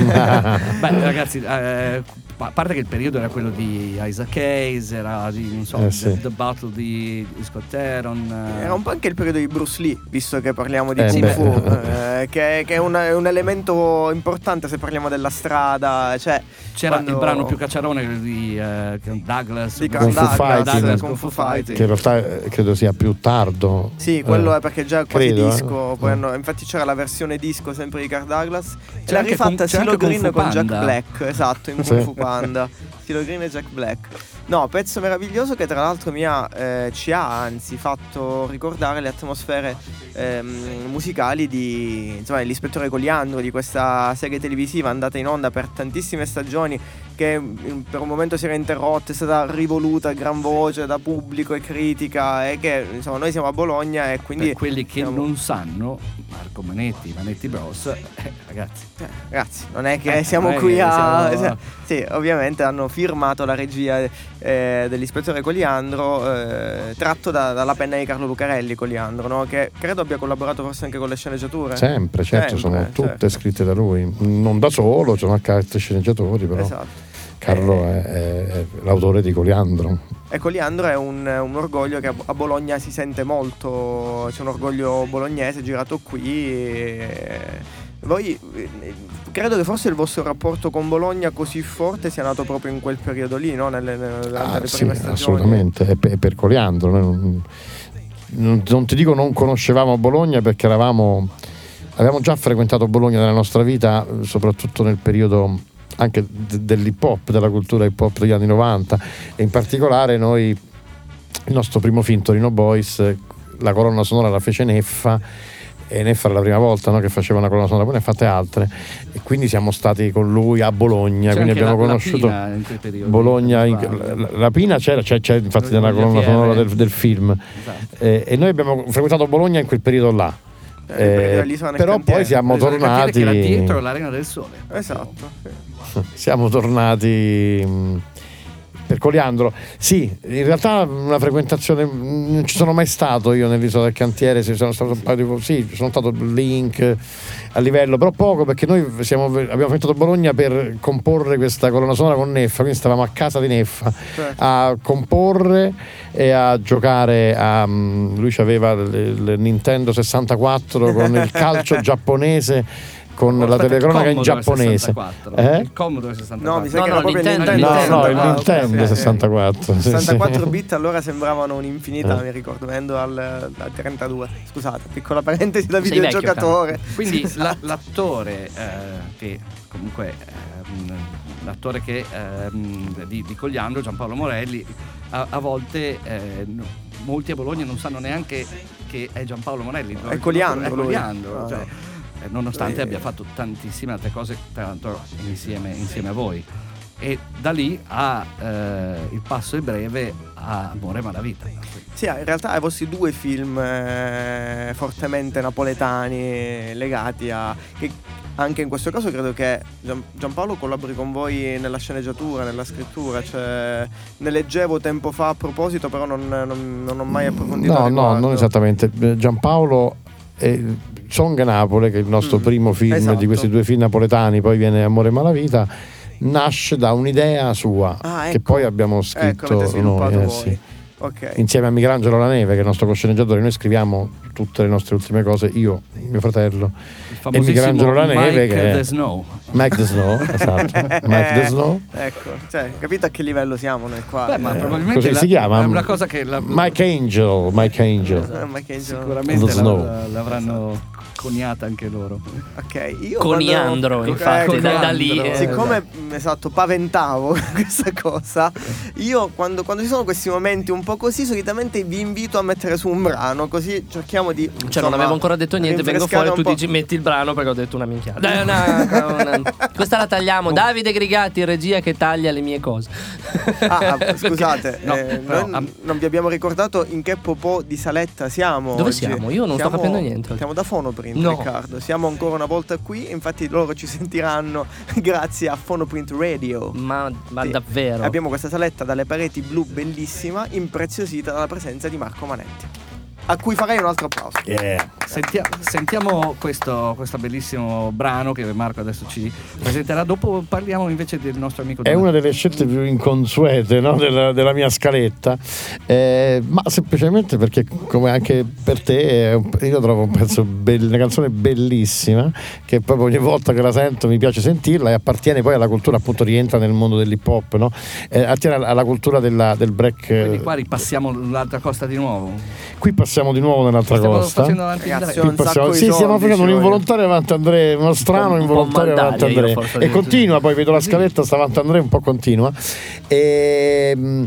Beh, ragazzi, eh, a parte che il periodo era quello di Isaac Hayes, era di, non so, eh, sì. The, The Battle di, di Scott Aaron. Eh. Era un po' anche il periodo di Bruce Lee, visto che parliamo di eh, Kung beh. Fu, eh, che, che è, un, è un elemento importante se parliamo della strada. Cioè, c'era quando... il brano più cacciarone quello di eh, Douglas, di Kung Fu Douglas, Fighting. Douglas, Kung Fu Fighting. Che in realtà eh, credo sia più tardo. Sì, quello eh, è perché già è quasi credo, disco. eh. Poi hanno, infatti c'era la versione disco sempre di Kirk Douglas. E C'è l'ha anche rifatta Kung- c'è Silo anche Kung Green Fu con Jack Panda. Black. Esatto, in Sì. Kung Fu Panda. Silo Green e Jack Black. No, pezzo meraviglioso che tra l'altro mi ha, eh, ci ha anzi fatto ricordare le atmosfere ehm, musicali di insomma, l'Ispettore Coliandro, di questa serie televisiva andata in onda per tantissime stagioni, che per un momento si era interrotta, è stata rivoluta a gran voce da pubblico e critica, e che insomma noi siamo a Bologna e quindi per quelli che siamo... non sanno, Marco Manetti, Manetti Bros, eh, ragazzi, eh, ragazzi, non è che Eh, siamo non è qui che a siamo- sì, ovviamente hanno firmato la regia eh, dell'Ispettore Coliandro, eh, tratto da- dalla penna di Carlo Lucarelli Coliandro, no? Che credo abbia collaborato forse anche con le sceneggiature. Sempre, certo, sono Sempre, tutte certo. scritte da lui, non da solo, sono anche altri sceneggiatori, però Esatto. Carlo è, è- è l'autore di Coliandro. E Coliandro è un, un orgoglio che a a Bologna si sente molto, c'è un orgoglio bolognese girato qui. E voi, eh, credo che forse il vostro rapporto con Bologna così forte sia nato proprio in quel periodo lì, no? Nelle, nelle, Ah, nelle sì, prime stagioni. assolutamente, è per, è per Coliandro. Noi non, non- non ti dico non conoscevamo Bologna perché eravamo avevamo già frequentato Bologna nella nostra vita, soprattutto nel periodo anche d- dell'hip hop, della cultura hip hop degli anni novanta, e in particolare noi, il nostro primo film Torino Boys, la colonna sonora la fece Neffa, e Neffa era la prima volta, no, che faceva una colonna sonora, poi ne ha fatte altre, e quindi siamo stati con lui a Bologna. C'è Quindi anche abbiamo la- la conosciuto Pina in quei periodi, Bologna, in- guarda. la, la Pina c'era, c'è, c'è infatti Bologna nella colonna Fiere. sonora del, del film. Esatto. Eh, e noi abbiamo frequentato Bologna in quel periodo là. Eh, perché Eh, l'isola nel però cantiere. poi siamo Bisogna capire che era tornati dietro l'Arena del Sole. Esatto. Sì. siamo tornati mh, per Coliandro. Sì, in realtà una frequentazione non ci sono mai stato io nell'isola del cantiere, se sono stato un paio di sì, sono stato link a livello, però poco, perché noi siamo, abbiamo frequentato Bologna per comporre questa colonna sonora con Neffa, quindi stavamo a casa di Neffa Certo. a comporre e a giocare a, um, lui aveva il, il Nintendo sessantaquattro con il calcio giapponese, con la Aspetta, il telecronaca in Commodore giapponese. sessantaquato. Eh? Il Commodore sessantaquattro. No, mi sa No, che no, era proprio il Nintendo, Nintendo. No, no, il Ah, ok, Nintendo sì. sessantaquattro. sì, sì. sessantaquattro bit allora sembravano un'infinità, Eh. mi ricordo, venendo al, al trentadue. Scusate, piccola parentesi da Sei vecchio, videogiocatore. Quindi la- l'attore eh, che comunque ehm, l'attore che ehm, di, di Coliandro, Giampaolo Morelli, a, a volte eh, no- molti a Bologna non sanno neanche che è Giampaolo Morelli. È Coliandro È lui. Coliandro, Ah, cioè, no. eh, nonostante Lui- abbia fatto tantissime altre cose, tra l'altro insieme, insieme a voi. e da lì a eh, Il passo è breve a Amore malavita. Sì, in realtà ai vostri due film eh, fortemente napoletani legati a... Che anche in questo caso credo che Gian, Giampaolo collabori con voi nella sceneggiatura, nella scrittura, cioè ne leggevo tempo fa a proposito, però non, non, non ho mai approfondito. No, no, non esattamente. Giampaolo è Song Napoli, che è il nostro mm, primo film, esatto, di questi due film napoletani, poi viene Amore malavita, nasce da un'idea sua, ah, ecco, che poi abbiamo scritto ecco, noi, eh, sì. Okay. Insieme a Michelangelo La Neve, che è il nostro cosceneggiatore. Noi scriviamo tutte le nostre ultime cose, io, mio fratello e Michelangelo La Neve, Mike che the è Snow. Mike the Snow, esatto. Mike the Snow. Ecco, cioè, capito a che livello siamo nel quale. Beh, ma probabilmente così la, si chiama. È una cosa che la, Mike Angel, Mike Angel. Uh, Mike Angel. Sicuramente la, l'avranno coniata anche loro. Ok, io Coniandro, quando, infatti, ecco, da, da lì. Eh, siccome esatto, paventavo questa cosa, io quando, quando ci sono questi momenti un po' così, solitamente vi invito a mettere su un brano, così cerchiamo di. Cioè, insomma, non avevo ancora detto niente, vengo fuori e tu dici metti il brano perché ho detto una minchiata. Dai, una, una, questa la tagliamo. Davide Grigatti in regia che taglia le mie cose. Ah, scusate, no, eh, però, noi um, non vi abbiamo ricordato in che popò di Saletta siamo. Dove oggi. siamo? Io non siamo, sto capendo niente. Siamo da Fonoprint, no. Riccardo. Siamo ancora una volta qui, infatti loro ci sentiranno grazie a Fonoprint Radio. Ma, ma sì. davvero? Abbiamo questa saletta dalle pareti blu bellissima, impreziosita dalla presenza di Marco Manetti, a cui farei un altro applauso. Yeah. Sentia, sentiamo questo, questo bellissimo brano che Marco adesso ci presenterà. Dopo parliamo invece del nostro amico. È una delle scelte più inconsuete, no, della, della mia scaletta, eh, ma semplicemente perché, come anche per te, io trovo un pezzo bello, una canzone bellissima, che proprio ogni volta che la sento mi piace sentirla, e appartiene poi alla cultura, appunto rientra nel mondo dell'hip hop, no? Eh, attiene alla cultura della, del break. Quindi qua ripassiamo l'altra costa di nuovo. Qui passiamo di nuovo nell'altra stiamo costa. Facendo avanti Ragazzi, un passiamo, sì, stiamo facendo un involontario avanti Andrea, uno strano un involontario avanti Andrea, e continua, poi vedo la scaletta, sta avanti Andrea, un po' continua, e,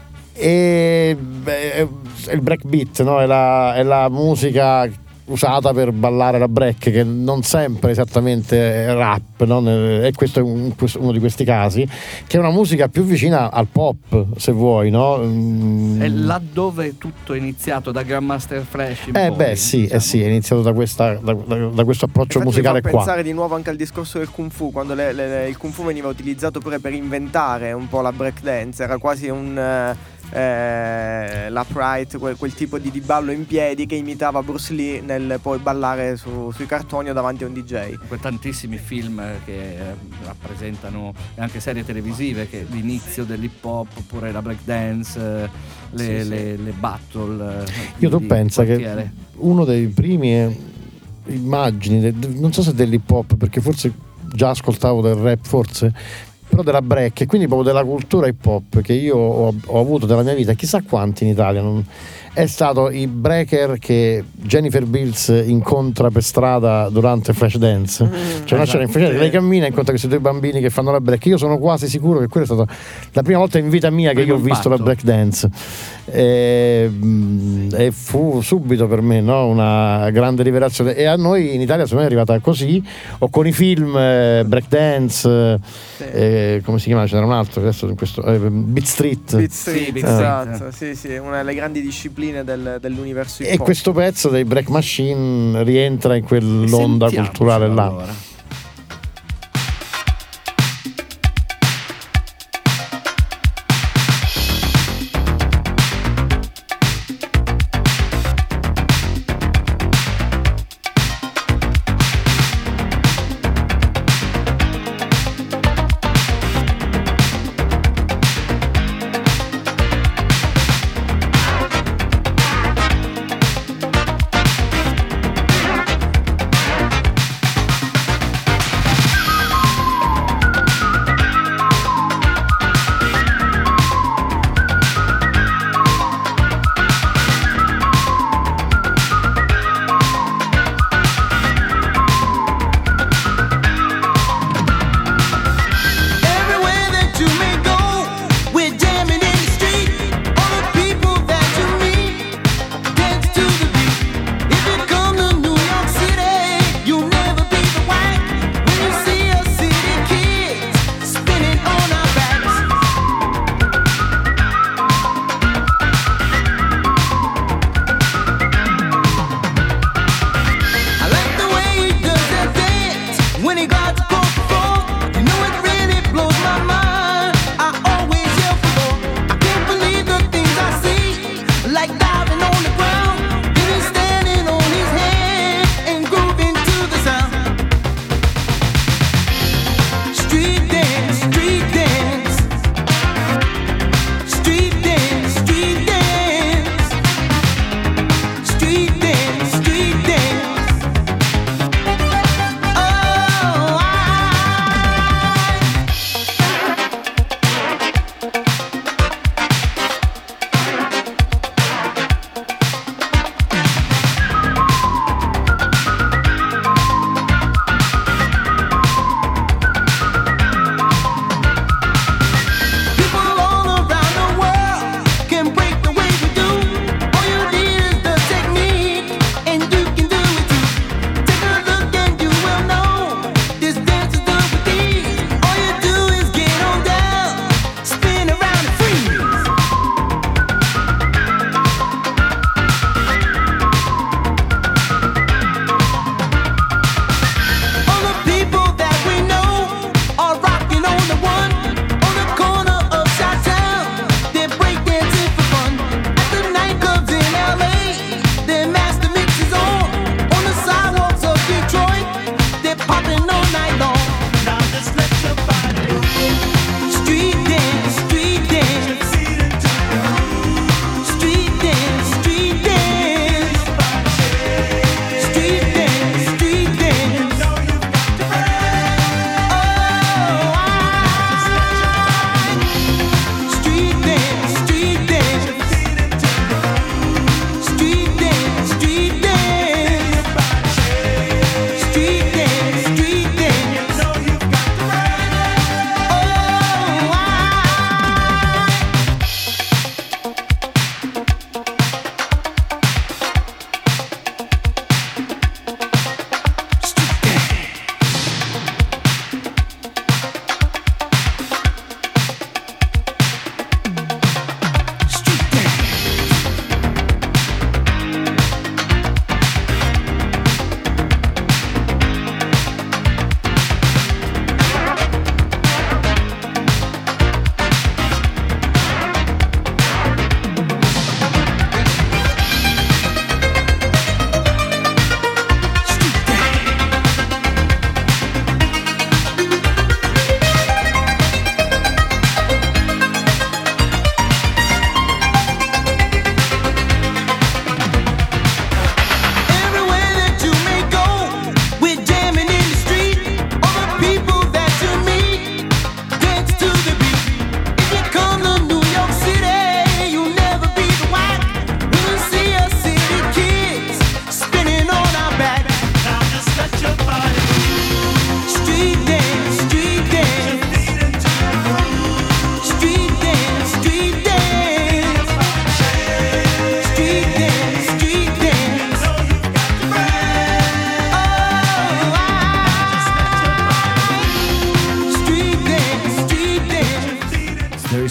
e beh, il breakbeat, no? È la, è la musica usata per ballare la break, che non sempre esattamente è rap, no? E questo è un, uno di questi casi, che è una musica più vicina al pop, se vuoi, no? È laddove tutto è iniziato, da Grandmaster Flash in eh poi, beh sì, diciamo. eh sì, è iniziato da, questa, da, da, da questo approccio Infatti musicale mi fa qua. pensare di nuovo anche al discorso del Kung Fu, quando le, le, il Kung Fu veniva utilizzato pure per inventare un po' la breakdance, era quasi un eh, l'upright, quel, quel tipo di, di ballo in piedi che imitava Bruce Lee nel poi ballare su, sui cartoni o davanti a un D J. Que tantissimi film che eh, rappresentano anche serie televisive, che l'inizio dell'hip hop oppure la breakdance, eh, le, sì, le, sì. le battle. Eh, Io tu pensa quartiere. che uno dei primi eh, immagini, de, non so se dell'hip hop, perché forse già ascoltavo del rap, forse, però della break, e quindi proprio della cultura hip hop che io ho, ho avuto nella mia vita, chissà quanti in Italia, non, è stato i breaker che Jennifer Beals incontra per strada durante Flashdance. Mm, cioè una scena in Flashdance, lei cammina e incontra questi due bambini che fanno la break. Io sono quasi sicuro che quella è stata la prima volta in vita mia che io ho visto la break dance, e, e fu subito per me, no, una grande rivelazione. E a noi in Italia secondo me è arrivata così, o con i film eh, break dance, sì. eh, come si chiama? C'era un altro adesso in questo eh, Beat Street. Beat Street, sì, Beat esatto, Street. Sì, sì, una delle grandi discipline Del, dell'universo hip hop. E questo pezzo dei Break Machine rientra in quell'onda culturale là. Allora.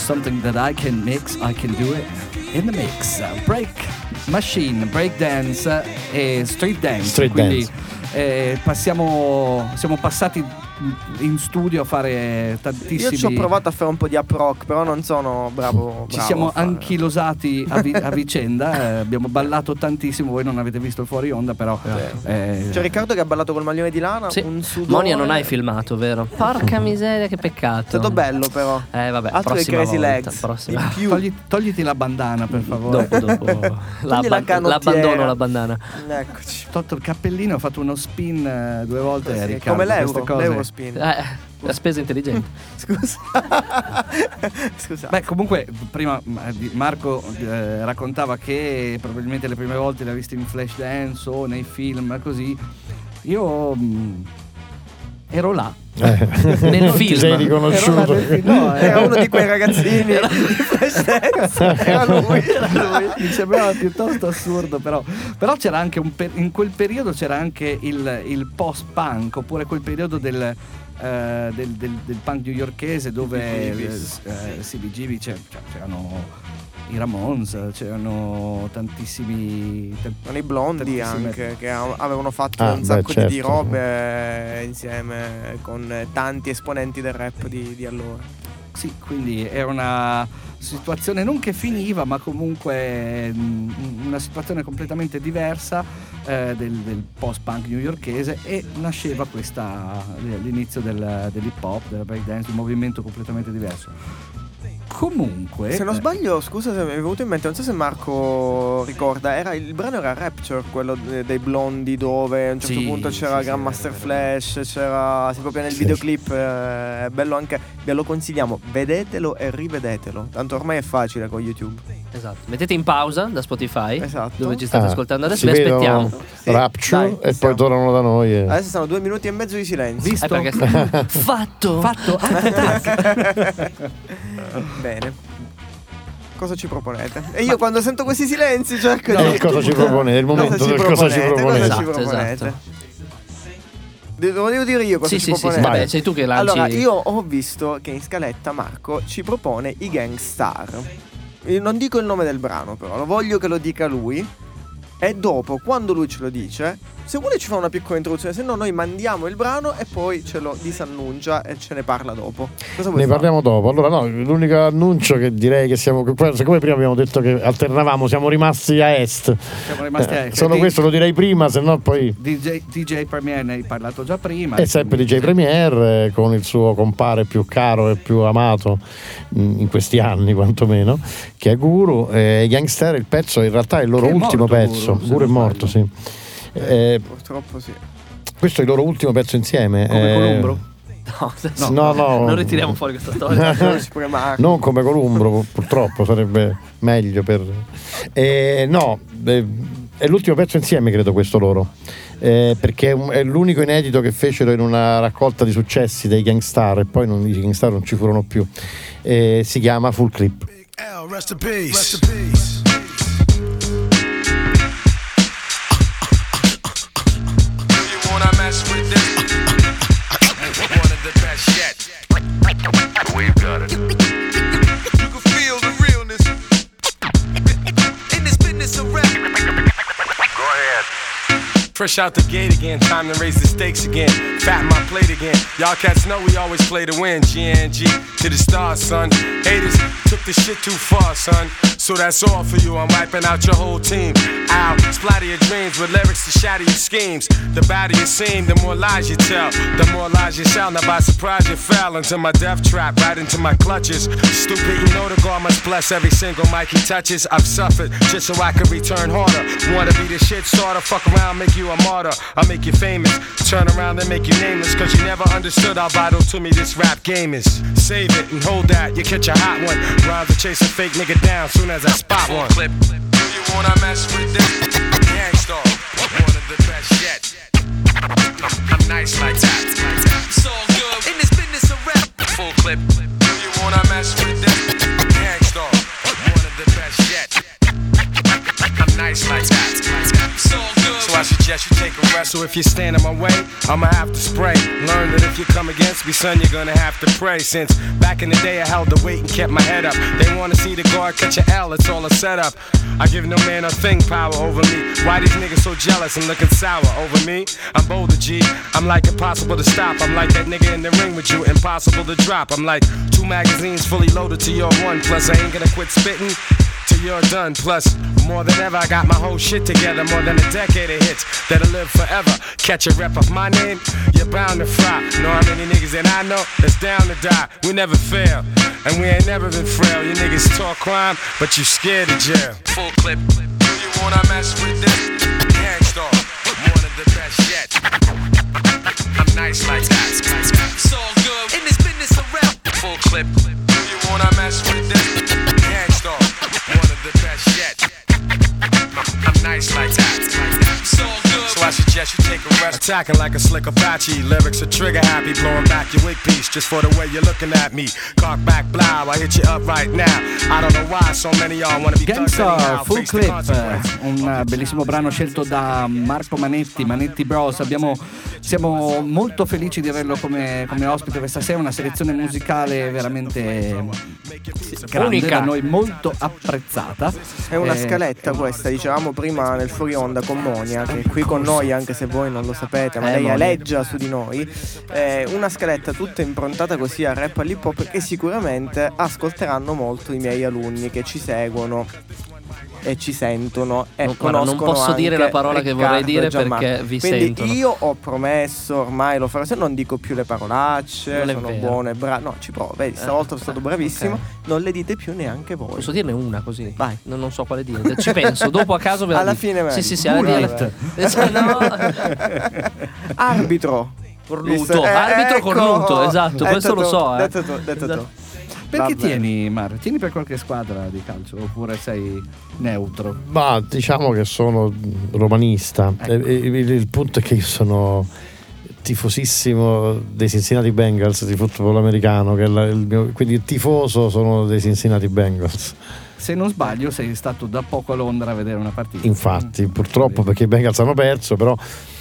something that I can mix, I can do it in the mix. Break machine, break dance e street dance. Street Quindi dance. Eh, passiamo, siamo passati in studio a fare tantissimi. Io ci ho provato a fare un po' di up rock, però non sono bravo. Ci bravo siamo a fare. anchilosati a, vi- a vicenda, eh, abbiamo ballato tantissimo. Voi non avete visto il fuori onda, però. Eh, C'è Riccardo che ha ballato col maglione di lana. Sì. Un sudore. Monia non hai filmato, vero? Porca miseria, che peccato. È stato bello, però. Eh, vabbè, Altro che prossima Crazy volta, Legs. prossima. In più. togli- togliti la bandana, per favore. Dopo, dopo. la Togli la ban- canottiera. l'abbandono la bandana. Eccoci. Tolto il cappellino, ho fatto uno spin eh, due volte. Sì, Riccardo, come l'euro, queste cose. l'Eurospin. Eh, la spesa intelligente. Scusa. Scusa. Beh, comunque, prima Marco eh, raccontava che probabilmente le prime volte le ha viste in Flashdance o nei film, così. Io mh, ero là. Eh. Nel Ti film. sei Ero là riconosciuto. nel film. No, Era uno di quei ragazzini di Flashdance. Era lui, era lui. Mi sembrava piuttosto assurdo, però. Però c'era anche un per- in quel periodo c'era anche il, il post-punk, oppure quel periodo del, eh, del, del, del punk newyorkese dove eh, C B G B c'è- cioè, c'erano i Ramones, c'erano tantissimi. Sono i blondi tantissime- anche che a- avevano fatto Ah, un beh, sacco certo. di robe eh, insieme con eh, tanti esponenti del rap di, di allora. Sì, quindi era una situazione non che finiva, ma comunque mh, una situazione completamente diversa eh, del, del post-punk newyorkese, e nasceva questa l'inizio del, dell'hip hop, della breakdance, un movimento completamente diverso. Comunque, Se non sbaglio, scusa se mi è venuto in mente, non so se Marco ricorda, era il brano era Rapture, quello de- dei blondi, dove a un certo Sì, punto c'era sì, Grandmaster sì, vero, vero. Flash, c'era sì, proprio nel Sì. videoclip, eh, è bello anche, ve lo consigliamo, vedetelo e rivedetelo, tanto ormai è facile con YouTube. Esatto. Mettete in pausa da Spotify, Esatto. dove ci state Ah, ascoltando adesso. si Vi aspettiamo. vedono Sì, Rapture dai, e siamo. poi tornano da noi. e- Adesso sono due minuti e mezzo di silenzio. visto? Eh, perché sta- fatto. Fatto? Bene. Cosa ci proponete? E io quando sento questi silenzi cerco Eh, di... cosa ci propone? È il momento del cosa ci proponete. Cosa ci Esatto, proponete? esatto. De- Lo devo dire io cosa Sì, ci sì, sì, sì, proponete? vabbè, sei tu che lanci. Allora, io ho visto che in scaletta Marco ci propone i Gangstar. Io non dico il nome del brano, però lo voglio che lo dica lui. E dopo, quando lui ce lo dice, se vuole ci fa una piccola introduzione, se no noi mandiamo il brano e poi ce lo disannuncia e ce ne parla dopo. Cosa vuoi Ne fare? parliamo dopo. Allora, no, l'unico annuncio che direi che siamo. Siccome prima abbiamo detto che alternavamo, siamo rimasti a est. Siamo rimasti a Eh, solo questo lo direi prima, se no poi. D J, D J Premier ne hai parlato già prima. È sempre D J Premier eh, con il suo compare più caro e più amato mh, in questi anni, quantomeno, che è Guru. E Gangster, il pezzo in realtà è il loro Che è ultimo morto pezzo. Guru, se Guru è non morto, sbaglio. sì. Eh, Purtroppo sì. questo è il loro ultimo pezzo insieme. Come eh, Columbro? No, No, no. non ritiriamo fuori questa storia. Conosci pure Marco. Non come Columbro, pur- purtroppo sarebbe meglio per. Eh, no, eh, è l'ultimo pezzo insieme, credo, questo loro. Eh, perché è, un- è l'unico inedito che fecero in una raccolta di successi dei Gangstar, e poi non, i Gangstar non ci furono più. Eh, si chiama Full Clip. L, rest in peace. Rest in peace. You wanna mess with this? One of the best yet. We've got it. You can feel the realness in this business of rap. Go ahead. Fresh out the gate again, time to raise the stakes again. Fat my plate again. Y'all cats know we always play to win. G N G to the stars, son. Haters took the shit too far, son. So that's all for you. I'm wiping out your whole team. I'll splatter your dreams with lyrics to shatter your schemes. The badder you seem, the more lies you tell. The more lies you shall. Now by surprise you fell into my death trap, right into my clutches. Stupid, you know the God must bless every single mic he touches. I've suffered just so I can return harder. Wanna be the shit starter, fuck around, make you a martyr. I'll make you famous, turn around and make you nameless. Cause you never understood how vital to me this rap game is. Save it and hold that, you catch a hot one. Rhymes to chase a fake nigga down soon as I spot one. Clip. Do you wanna mess with this? Gangstar, one of the best yet. I'm nice like that. It's all good in this business of rap. Full clip. Do you wanna mess with this? Gangstar, one of the best yet. I'm nice like that. It's all good. So I suggest suggest you take a rest. So if you stand in my way, I'ma have to spray. Learn that if you come against me, son, you're gonna have to pray. Since back in the day I held the weight and kept my head up. They wanna see the guard catch a L, it's all a setup. I give no man a thing power over me. Why these niggas so jealous and looking sour over me? I'm bolder, G. I'm like impossible to stop. I'm like that nigga in the ring with you, impossible to drop. I'm like two magazines fully loaded to your one. Plus I ain't gonna quit spitting till you're done. Plus, more than ever, I got my whole shit together. More than a decade of hits that'll live forever. Catch a rep of my name, you're bound to fry. Know how many niggas that I know that's down to die. We never fail, and we ain't never been frail. You niggas talk crime, but you scared of jail. Full clip. Do you wanna mess with this? Gangstar, one of the best yet. I'm nice like that. It's all good in this business around. Full clip. Do you wanna mess with this? Gangstar, one of the best yet. I'm nice like that. It's all good. So I suggest you take a rest. Attacking like a slick Apache. Lyrics are trigger happy. Blowing back your wig piece just for the way you're looking at me. Cock back blow, I hit you up right now. I don't know why so many y'all wanna be Gangstar, Full Clip, un bellissimo brano scelto da Marco Manetti, Manetti Bros. Abbiamo, siamo molto felici di averlo come, come ospite questa sera, una selezione musicale veramente grande, unica, da noi molto apprezzata. È una eh, scaletta questa, dicevamo prima nel fuori onda con Monia, che è qui con noi anche se voi non lo sapete, ma eh, lei Monia. aleggia su di noi. È una scaletta tutta improntata così al rap, all'hip hop, che sicuramente ascolteranno molto i miei alunni che ci seguono e ci sentono e no, guarda, non posso anche dire la parola che vorrei dire perché vi Quindi sentono. io ho promesso, ormai lo farò, se non dico più le parolacce, non sono buono e bravo. No, ci provo, vedi, stavolta eh, sono stato bravissimo. okay. Non le dite più neanche voi. Posso dirne una così? Vai. Non, non so quale dire. Ci penso, dopo a caso ve la alla dico. fine Sì, sì, sì, alla Bullet. fine. No. Arbitro Cornuto, Visto- eh, arbitro ecco. cornuto, esatto, questo Detto lo so, tu, eh. detto tu, detto tu. Esatto. Perché Vabbè. tieni, Mar? Tieni per qualche squadra di calcio oppure sei neutro? Ma diciamo che sono romanista. Ecco. E- e- il, il punto è che io sono tifosissimo dei Cincinnati Bengals di football americano, che è la- il mio, quindi il tifoso sono dei Cincinnati Bengals. Se non sbaglio sei stato da poco a Londra a vedere una partita. Infatti, purtroppo, perché i Bengals hanno perso, però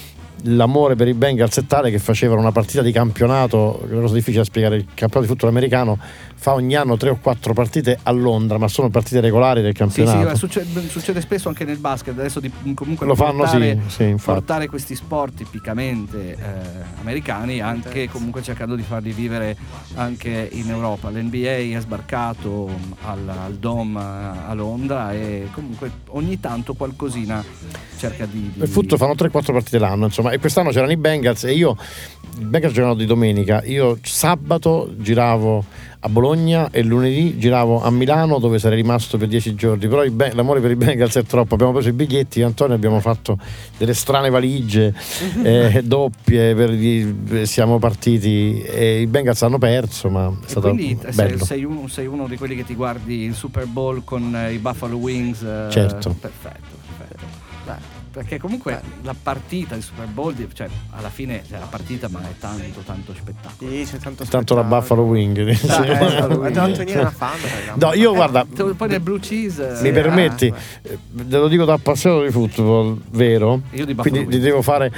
l'amore per i Bengals è tale che facevano una partita di campionato, è una cosa difficile da spiegare, il campionato di football americano fa ogni anno tre o quattro partite a Londra, ma sono partite regolari del Sì, sì, campionato. succede, succede spesso anche nel basket. Adesso di, comunque Lo fanno, portare, sì, sì, infatti. portare questi sport tipicamente eh, americani, anche comunque cercando di farli vivere anche in Europa. L'N B A è sbarcato al, al Dome a Londra e comunque ogni tanto qualcosina cerca di... di... Il football fanno tre quattro partite l'anno, insomma, e quest'anno c'erano i Bengals e io, i Bengals giocavano di domenica, io sabato giravo a Bologna e lunedì giravo a Milano, dove sarei rimasto per dieci giorni, però i Be- l'amore per i Bengals è troppo. Abbiamo preso i biglietti, Antonio, abbiamo fatto delle strane valigie eh, doppie per gli- siamo partiti e i Bengals hanno perso, ma è E stato quindi sei, bello. sei, uno, sei uno di quelli che ti guardi il Super Bowl con eh, i Buffalo Wings. eh, Certo. Perfetto, perfetto. Beh, perché comunque la partita di Super Bowl, cioè alla fine è la partita, ma è tanto tanto spettacolo. Sì, c'è tanto Tanto la Buffalo Wing. Eh, Antonino era fan. No, io guarda, Eh, poi nel blue cheese mi eh, permetti, eh, eh, te lo dico da appassionato di football, vero? Io di Buffalo Quindi Wings. ti devo fare.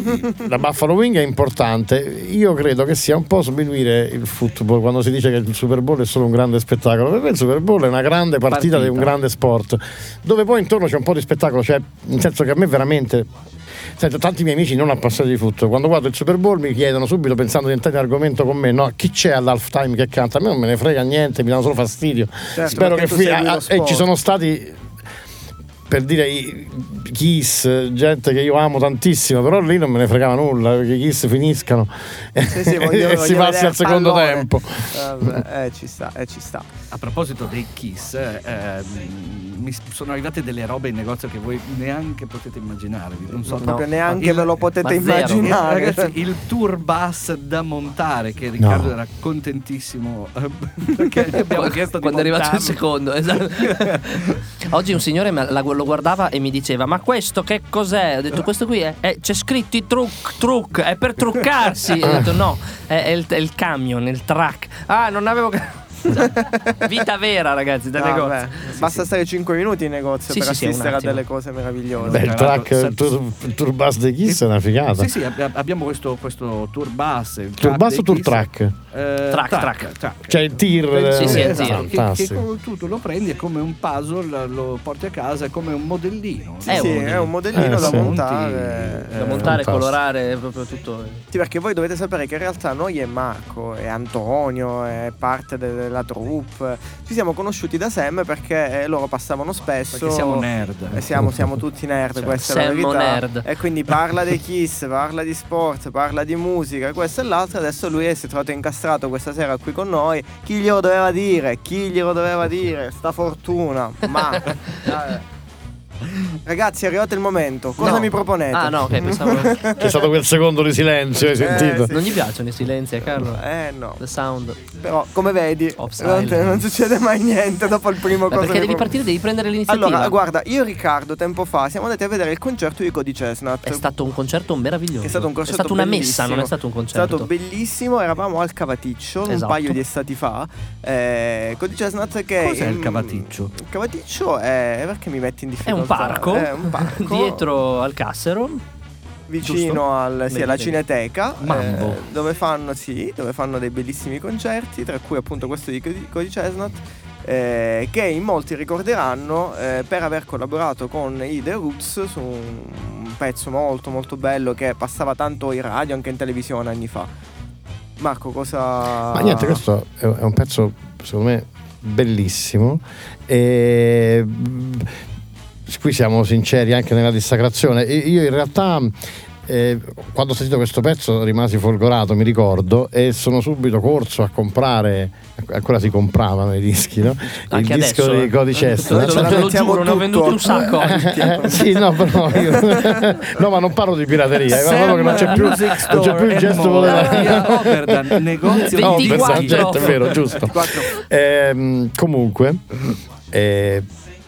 La Buffalo Wing è importante. Io credo che sia un po' sminuire il football quando si dice che il Super Bowl è solo un grande spettacolo. Per me il Super Bowl è una grande partita, Partita. di un grande sport, dove poi intorno c'è un po' di spettacolo, cioè nel senso che a me veramente. Sento tanti miei amici non appassionati di football, quando guardo il Super Bowl mi chiedono subito, pensando di entrare in argomento con me, no, chi c'è all'half time che canta? A me non me ne frega niente, mi danno solo fastidio. Certo, Spero perché che tu fui, segui lo a- e sport. ci sono stati, per dire, i Kiss, gente che io amo tantissimo, però lì non me ne fregava nulla, perché i Kiss finiscano Sì, sì, voglio- e voglio si passi vedere al secondo pallone. tempo. Vabbè, eh, ci sta, eh, ci sta. A proposito dei Kiss, eh, ehm, mi sono arrivate delle robe in negozio che voi neanche potete immaginare. Non so, No. Proprio neanche Il- ve lo potete ma zero. immaginare. Eh, ragazzi, il tour bus da montare, che Riccardo No. era contentissimo eh, perché gli abbiamo chiesto di quando è arrivato il montarlo. secondo, esatto. Oggi un signore me la- lo guardava e mi diceva: ma questo che cos'è? Ho detto: questo qui è, è- c'è scritto i truck, truck, è per truccarsi. Ho detto: no, è, è il, è il camion, il truck. Ah, non avevo. Vita vera, ragazzi, da Ah, negozio. beh, Sì, basta sì. stare cinque minuti in negozio Sì, per sì, sì, un assistere a attimo. delle cose meravigliose. Beh, il track, il tour, il tour bus dei Kiss è una figata. Sì, sì, abbi- abbiamo questo, questo tour bus. il Tour track bus dei o tour Kiss. track? Eh, Track, track, track. track. Cioè il tir. Sì, sì, eh, è tir. Che, che fantastico. con- tu, tu lo prendi è come un puzzle, lo porti a casa, è come un modellino. È Sì, un è un modellino Eh, da sì. montare. Da Eh, montare, fantastico. colorare, proprio tutto. Sì, perché voi dovete sapere che in realtà noi e Marco e Antonio e parte de- della troupe ci siamo conosciuti da Sam perché eh, loro passavano spesso. Perché siamo nerd. Eh, siamo, siamo tutti nerd, Cioè, questa è la Sammo verità. nerd. E quindi parla dei Kiss, parla di sport, parla di musica, questo e l'altro. Adesso lui si è trovato incastrato questa sera qui con noi. Chi glielo doveva dire? Chi glielo doveva dire? Sta fortuna. Ma eh, ragazzi, è arrivato il momento. Cosa No. mi proponete? Ah, no, ok, pensavo. C'è stato quel secondo di silenzio, hai sentito? sì. Non gli piacciono i silenzi a Carlo? Eh no. The sound. Però, come vedi, Of non, silence. non succede mai niente dopo il primo Ma cosa perché che devi pro- partire, devi prendere l'iniziativa. Allora, guarda, io e Riccardo tempo fa siamo andati a vedere il concerto di Cody Chestnut. È stato un concerto meraviglioso. È stato un concerto È stata una bellissimo. messa, non è stato un È concerto. stato bellissimo, eravamo al Cavaticcio Esatto. un paio di estati fa. Eh, Cody Chestnut che Cos'è il mm, Cavaticcio? Il Cavaticcio è perché mi metti in È difficoltà. un parco, È un parco dietro al Cassero. vicino giusto? al, sì, alla Vedi, Cineteca, Mambo. eh, dove fanno sì, dove fanno dei bellissimi concerti, tra cui appunto questo di Cody Cody Chestnut. Eh, che in molti ricorderanno eh, per aver collaborato con i The Roots su un pezzo molto molto bello che passava tanto in radio, anche in televisione anni fa. Marco, cosa... Ma niente, questo è è un pezzo secondo me bellissimo e mm, qui siamo sinceri anche nella dissacrazione. E io in realtà eh, quando ho sentito questo pezzo rimasi folgorato, mi ricordo, e sono subito corso a comprare, ancora si compravano i dischi, no? Anche il disco adesso, di eh. Cody Te Chestnut. lo- te lo giuro, ne ho venduti un sacco. Eh, sì, no, però io no, ma non parlo di pirateria, eh, parlo che non c'è più, Music non c'è più il Store gesto and voleva. More, via Oberdan, negozio No, di ventiquattro. per San Getto, è vero, giusto. ventiquattro. Ehm, comunque, eh,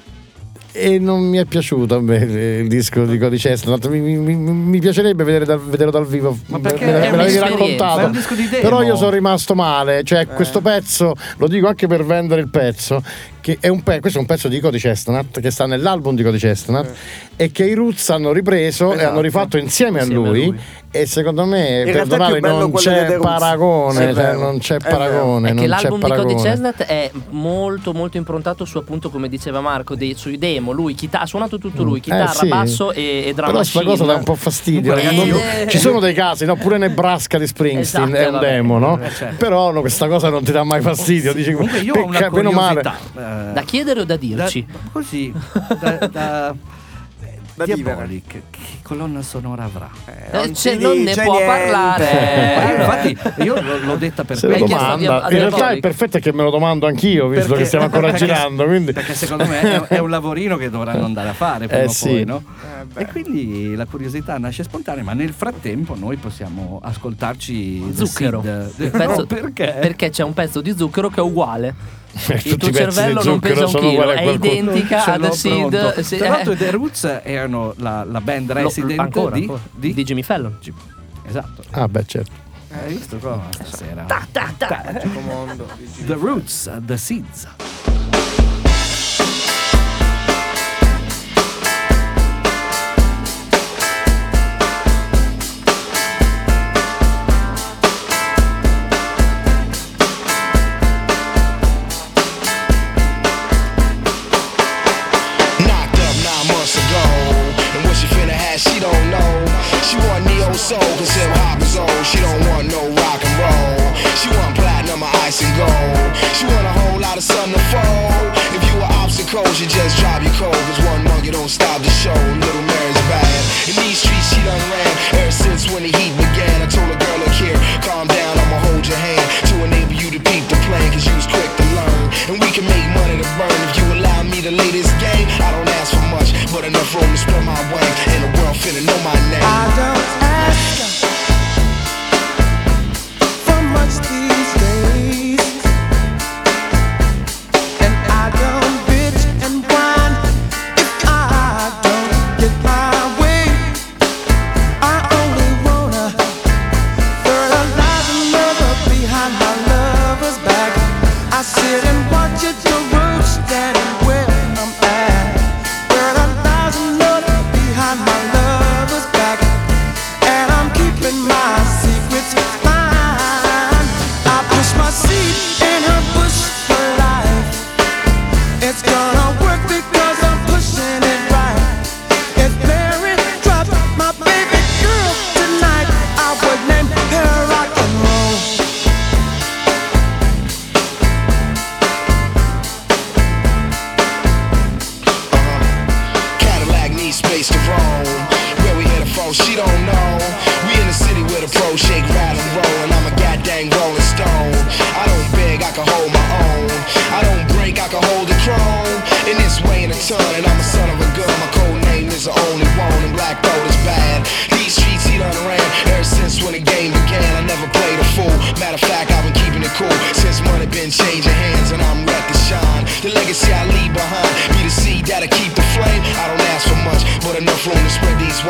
e non mi è piaciuto a me il disco di Cody Chestnut. Mi, mi, mi, mi piacerebbe vedere dal, vederlo dal vivo. Ma perché me, è me l'avevi un'esperienza, raccontato. è un disco di demo. Però io sono rimasto male. Cioè, questo pezzo, lo dico anche per vendere il pezzo. Che è un pe- questo è un pezzo di Cody Chestnut che sta nell'album di Cody Chestnut e che i Roots hanno ripreso e Esatto. hanno rifatto insieme, Insieme a, a lui, lui. e secondo me, In realtà è perdonate, più bello non quello dei The c'è Roots. paragone, Sì, è cioè, vero. non c'è È vero. paragone, È non che c'è l'album di Cody paragone. Chestnut è molto molto improntato su, appunto, come diceva Marco, dei, sui demo. Lui chita- ha suonato tutto lui, chitarra, sì. basso e, e drum Però sta machine. cosa dà un po' fastidio. Comunque, Non- ragazzi, io- Ci sono dei casi, no? Pure Nebraska di Springsteen Esatto, è un vabbè. demo, no? Eh, certo. Però no, questa cosa non ti dà mai fastidio. Dici, Comunque io ho una pecca- meno male. curiosità. eh, Da chiedere o da da- dirci? così, da, da, Da vivere. Diabolic, che colonna sonora avrà? Eh, Eh, non cioè, si non ne dice può niente. parlare. Eh, Eh, infatti io l'ho, l'ho detta per Se lo Hai chiesto a domanda. Dia- a In realtà Diabolic? il perfetto è che me lo domando anch'io, visto Perché- che stiamo ancora perché- girando. Quindi... Perché secondo me è, è un lavorino che dovranno andare a fare prima Eh, o sì. poi, no? Eh, beh. E quindi la curiosità nasce spontanea, ma nel frattempo noi possiamo ascoltarci The Zucchero. Seed. Il No, pezzo- perché? Perché c'è un pezzo di zucchero che è uguale. Il Tutti tuo i pezzi di cervello non zucchero pesa un sono chilo, uguali a è qualcuno. identica Ce a l'ho The Seed. pronto. sì, Tra l'altro eh. i The Roots erano la, la band Lo- resident ancora, di, ancora. di, di Jimmy Fallon. esatto. Ah, beh, certo. Hai visto qua stasera? Ta, ta, ta. Magico mondo di Jimmy The Roots, The Seeds. Knocked up nine months ago, and what she finna have, she don't know. She want neo soul, cause hip hop is old. She don't want no rock and roll. She want platinum or ice and gold. She want a whole lot of sun to fold. If you were obstacles, you just drop your cold. Cause one monkey don't stop the show. Little Mary's bad. In these streets, she done ran ever since when the heat began. I told a girl, look here, calm down, I'ma hold your hand to enable you to peep the plan, cause you was quick to learn. And we can make money to burn if you allow me to lay this game. I don't ask for much, but enough room to spread my wings. And the world finna know my name. I don't ask for much these days, and I don't bitch and whine if I don't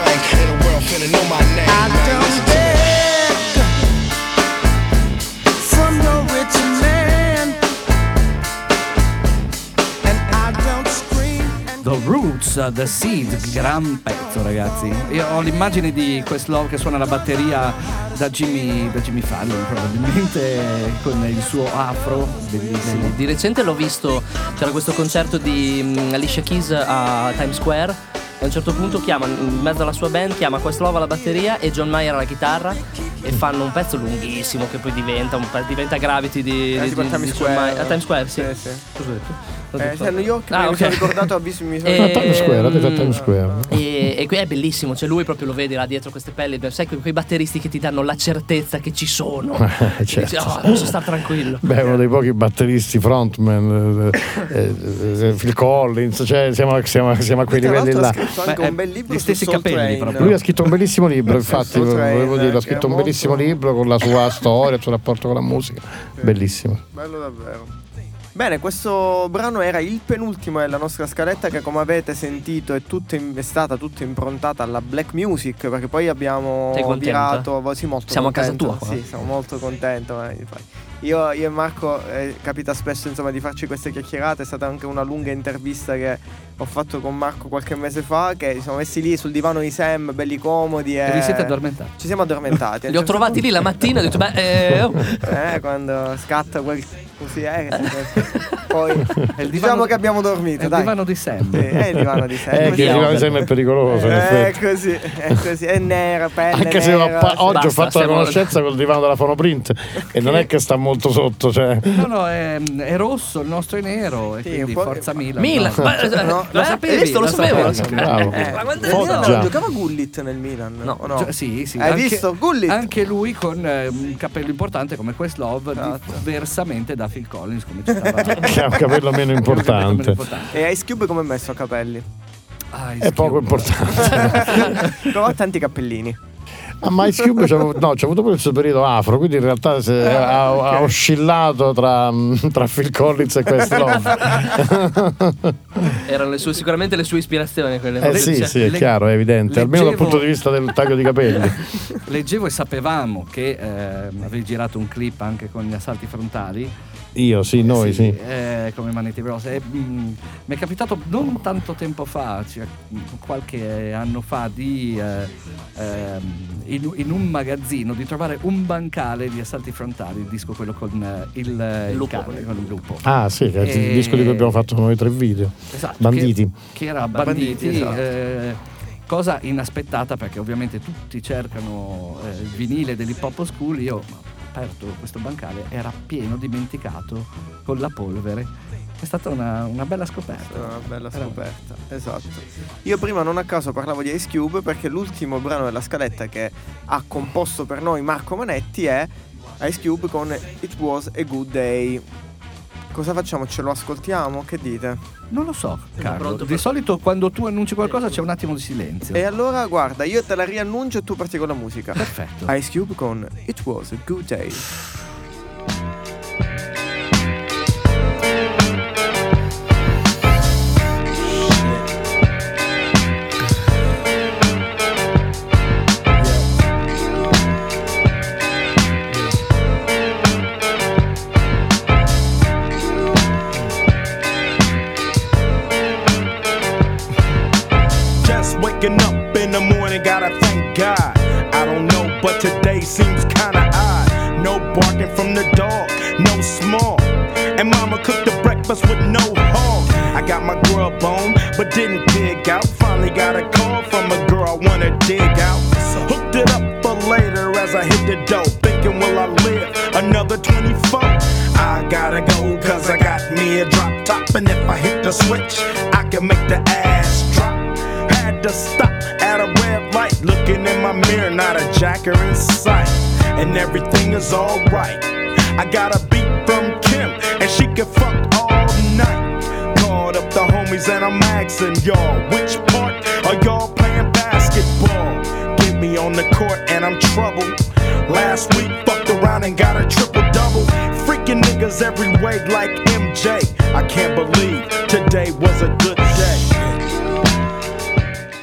blank. And the world finna know my name. I don't beg from no rich man, and I don't scream. The Roots, The Seeds, gran pezzo ragazzi. Io ho l'immagine di Questlove che suona la batteria da Jimmy, da Jimmy Fallon probabilmente, con il suo afro bellissimo. Di recente l'ho visto, c'era questo concerto di um, Alicia Keys a Times Square. A un certo punto chiama, in mezzo alla sua band, chiama Questlove alla batteria e John Mayer alla chitarra e fanno un pezzo lunghissimo che poi diventa un pe- diventa Gravity di, Eh, di, tipo a di, Times di Square. John Mayer. A Times Square, sì. Sì, sì. Cosa ho detto? Eh, se New York Ah, mi ok. sono ricordato, ho visto mi sono E- A Times Square, ha detto a Times Square. E, e qui è bellissimo, cioè lui proprio lo vedi là dietro queste pelli, sai quei, quei batteristi che ti danno la certezza che ci sono. Eh, certo. Dici, oh, posso stare tranquillo. Beh, uno dei pochi batteristi frontman, eh, eh, Phil Collins, cioè siamo, siamo, siamo a quei Tra livelli l'altro là. ha scritto anche Beh, un bel libro gli stessi su Soul capelli Train. proprio. Lui ha scritto un bellissimo libro, infatti, Soul Train, volevo dirlo, ha che scritto è un bellissimo molto- libro con la sua storia, il suo rapporto con la musica. Bellissimo. Bello davvero. Bene, questo brano era il penultimo della nostra scaletta che, come avete sentito, è, tutta in- è stata tutta improntata alla black music, perché poi abbiamo Sei contenta? virato, sì, molto Siamo a casa contento. tua qua. Sì, sono molto contento. eh, infatti. Io, io e Marco eh, capita spesso insomma di farci queste chiacchierate. È stata anche una lunga intervista che ho fatto con Marco qualche mese fa, che ci siamo messi lì sul divano di Sam, belli comodi, e E vi siete addormentati? ci siamo addormentati. A un Li ho certo trovati lì la mattina e ho detto beh eh, oh. punto- eh, quando scatta quel così è poi È il diciamo divano- che abbiamo È dormito, il dai. divano di Sam. Sì, è il divano di Sam. Eh, Così che il è. divano di Sam è pericoloso, in Eh, È effetti. così, è così, è nera, pelle Anche se ho nera, pa- sì. oggi Basta, ho fatto siamo- la conoscenza col divano della Fonoprint e non è che sta molto sotto, cioè. No, no, è, è rosso, il nostro è nero e Sì, quindi un po'- forza Milan. Milan, no. ma- No, lo eh, sapevi? hai visto? Lo Lo sapevo, lo sapevo. sapevo. Bravo. Eh, Ma quanto è nel buono? Milan Già. non giocava Gullit nel Milan? No. o no? Gio- sì, sì. Hai anche, visto? Gullit? Anche lui con eh, un capello importante come Questlove, Esatto. diversamente da Phil Collins, come citava. Che ha un capello meno importante. E Ice Cube come è messo a capelli? Ah, È poco importante. Però ha tanti cappellini. Ah, ma Ice Cube c'ha, no, c'ha avuto pure il suo periodo afro, quindi in realtà se- ha, ha oscillato tra, tra Phil Collins e Questlove. Erano le sue, sicuramente le sue ispirazioni quelle. Eh sì, sì, è Le- chiaro, è evidente, almeno dal leggevo- punto di vista del taglio di capelli. Leggevo e sapevamo che eh, avevi girato un clip anche con gli assalti frontali. Io sì, noi sì. eh, come Maneti Bros. E, mm, mi è capitato non tanto tempo fa, cioè mm, qualche anno fa, di eh, ehm, in, in un magazzino di trovare un bancale di assalti frontali, il disco quello con eh, il, il lupo. cane, con il lupo. Ah sì, che è il E- disco di cui abbiamo fatto noi tre video. Esatto, Banditi. Che, che era Banditi. Banditi, esatto. eh, cosa inaspettata, perché ovviamente tutti cercano eh, il vinile dell'hip hop school. Io ho aperto questo bancale, era pieno, dimenticato, con la polvere. È stata una, una bella scoperta. Una bella Era- scoperta, esatto. Io prima non a caso parlavo di Ice Cube perché l'ultimo brano della scaletta che ha composto per noi Marco Manetti è Ice Cube con It Was a Good Day. Cosa facciamo? Ce lo ascoltiamo? Che dite? Non lo so, Carlo. pronto Di per- solito quando tu annunci qualcosa c'è un attimo di silenzio. E allora guarda, io te la riannuncio e tu parti con la musica. Perfetto. Ice Cube con It Was a Good Day. Just waking up in the morning, gotta thank God. I don't know, but today seems kinda odd. No barking from the dog, no small. And mama cooked the breakfast with no hog. I got my grub on, but didn't dig out. Finally got a call from a girl I wanna dig out. Hooked it up for later as I hit the dough. Thinking, will I live another twenty-four? I gotta go, cause I got me a drop top. And if I hit the switch, I can make the ass drop. Had to stop at a red light, looking in my mirror, not a jacker in sight. And everything is alright. I got a beat from Kim, and she can fuck all night. Called up the homies, and I'm asking y'all, which part are y'all playing basketball? Get me on the court, and I'm troubled. Last week, fucked around and got a triple double. Freaking niggas every way like M J. I can't believe today was a good day.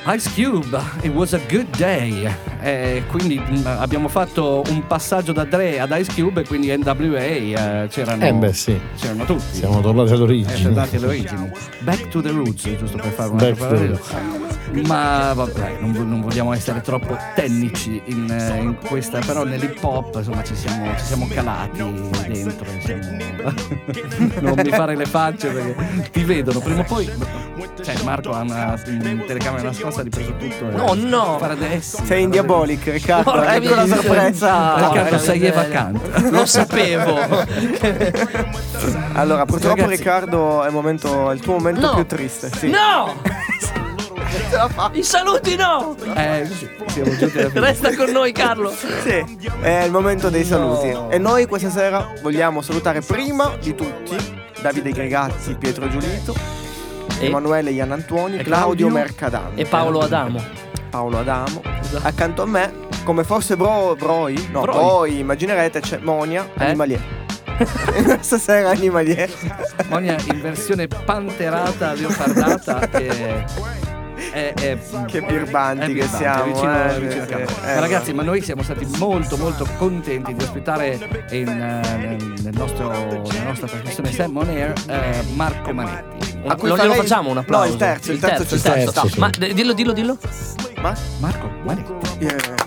Ice Cube, It Was a Good Day. Eh, quindi mh, abbiamo fatto un passaggio da Dre ad Ice Cube e quindi N W A eh, c'erano, Eh beh sì, c'erano tutti. siamo tornati all'origine. Eh, tornati alle origini. Back to the roots, giusto per fare un Back altro to the parallelo. Ma vabbè, non, vo- non vogliamo essere troppo tecnici in, eh, in questa, però nell'hip hop insomma ci siamo, ci siamo calati dentro. Siamo... non mi fare le facce perché ti vedono prima o poi. Cioè Marco ha una in telecamera nascosta, ha ripreso tutto. e- No, no. Fare adesso. Sei in Diabolic, Riccardo. Porca Ecco la miseria. sorpresa. Riccardo, sei miseria. vacante. Lo sapevo. Allora, purtroppo Ragazzi- Riccardo è, il momento, è il tuo momento No. più triste. Sì. No! I saluti no! Eh, sì, siamo giunti alla fine. Resta con noi, Carlo. Sì, è il momento dei saluti. E noi questa sera vogliamo salutare prima di tutti Davide Gregazzi, Pietro Giulito, E- Emanuele Ian Antuoni, e Claudio Claudio Mercadante, E Paolo Adamo. Paolo Adamo. Accanto a me, come forse Bro, Broi, no, Broi. Broi, immaginerete, c'è Monia Eh? Animalier. Stasera Animalier. Monia in versione panterata, leopardata e è, è, Che birbanti è che birbante, siamo, vicino, eh, vicino a sì, casa. sì. Ma Eh, ragazzi, ma noi siamo stati molto molto contenti di ospitare in, eh, nel, nel nostro, nella nostra trasmissione Sam On Air eh, Marco Manetti. A cui cui glielo farei- facciamo un applauso. No, il terzo, il terzo ci il sta, terzo. ci sta. Ma d- dillo, dillo, dillo. Ma? Marco Manetti. Yeah.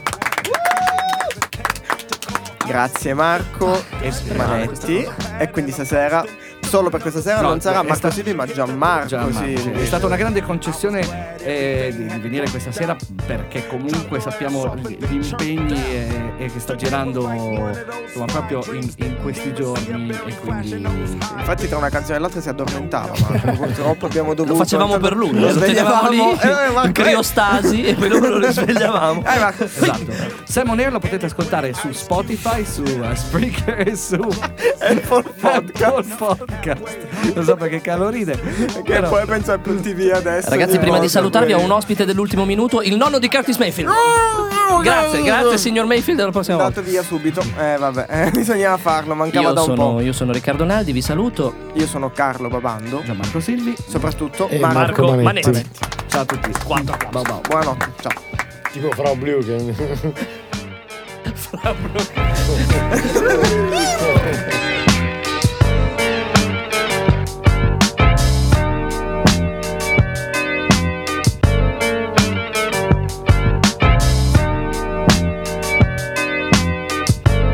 Grazie Marco e Manetti. E quindi stasera, solo per questa sera, No, non sarà è Marco sta- Silvi ma Gianmarco Gianmarco, sì. Silvi. È stata una grande concessione eh, di, di venire questa sera perché comunque sappiamo gli gli impegni e, e che sta girando insomma, proprio in, in questi giorni e quindi Infatti tra una canzone e l'altra si addormentava Marco. Purtroppo abbiamo dovuto. Lo facevamo per lui, Lo lo tenevamo lì svegliavamo. Eh, Marco, in criostasi e poi dopo lo risvegliavamo. Eh, Marco. esatto. Sam On Air lo potete ascoltare su Spotify, su uh, Spreaker e su Apple Podcast. Podcast. Non so perché caloride. Che Però- poi penso a Apple T V adesso. Ragazzi, ogni prima di volta, salutarvi ho quelli- un ospite dell'ultimo minuto, il nonno di Curtis Mayfield. Grazie, grazie signor Mayfield, alla prossima volta. Andato via subito. Eh vabbè, eh, bisognava farlo, mancava Io da un sono, po'. io sono Riccardo Naldi, vi saluto. Io sono Carlo Babando. Gianmarco Silvi. Soprattutto E Marco. Marco Manetti. Manetti. Ciao a tutti. Quattro. Ciao, ciao. Buonanotte, ciao. Tipo Frau Blüchen.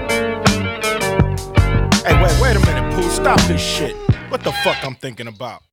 Hey, wait, wait a minute, Pooh. Stop this shit. What the fuck I'm thinking about?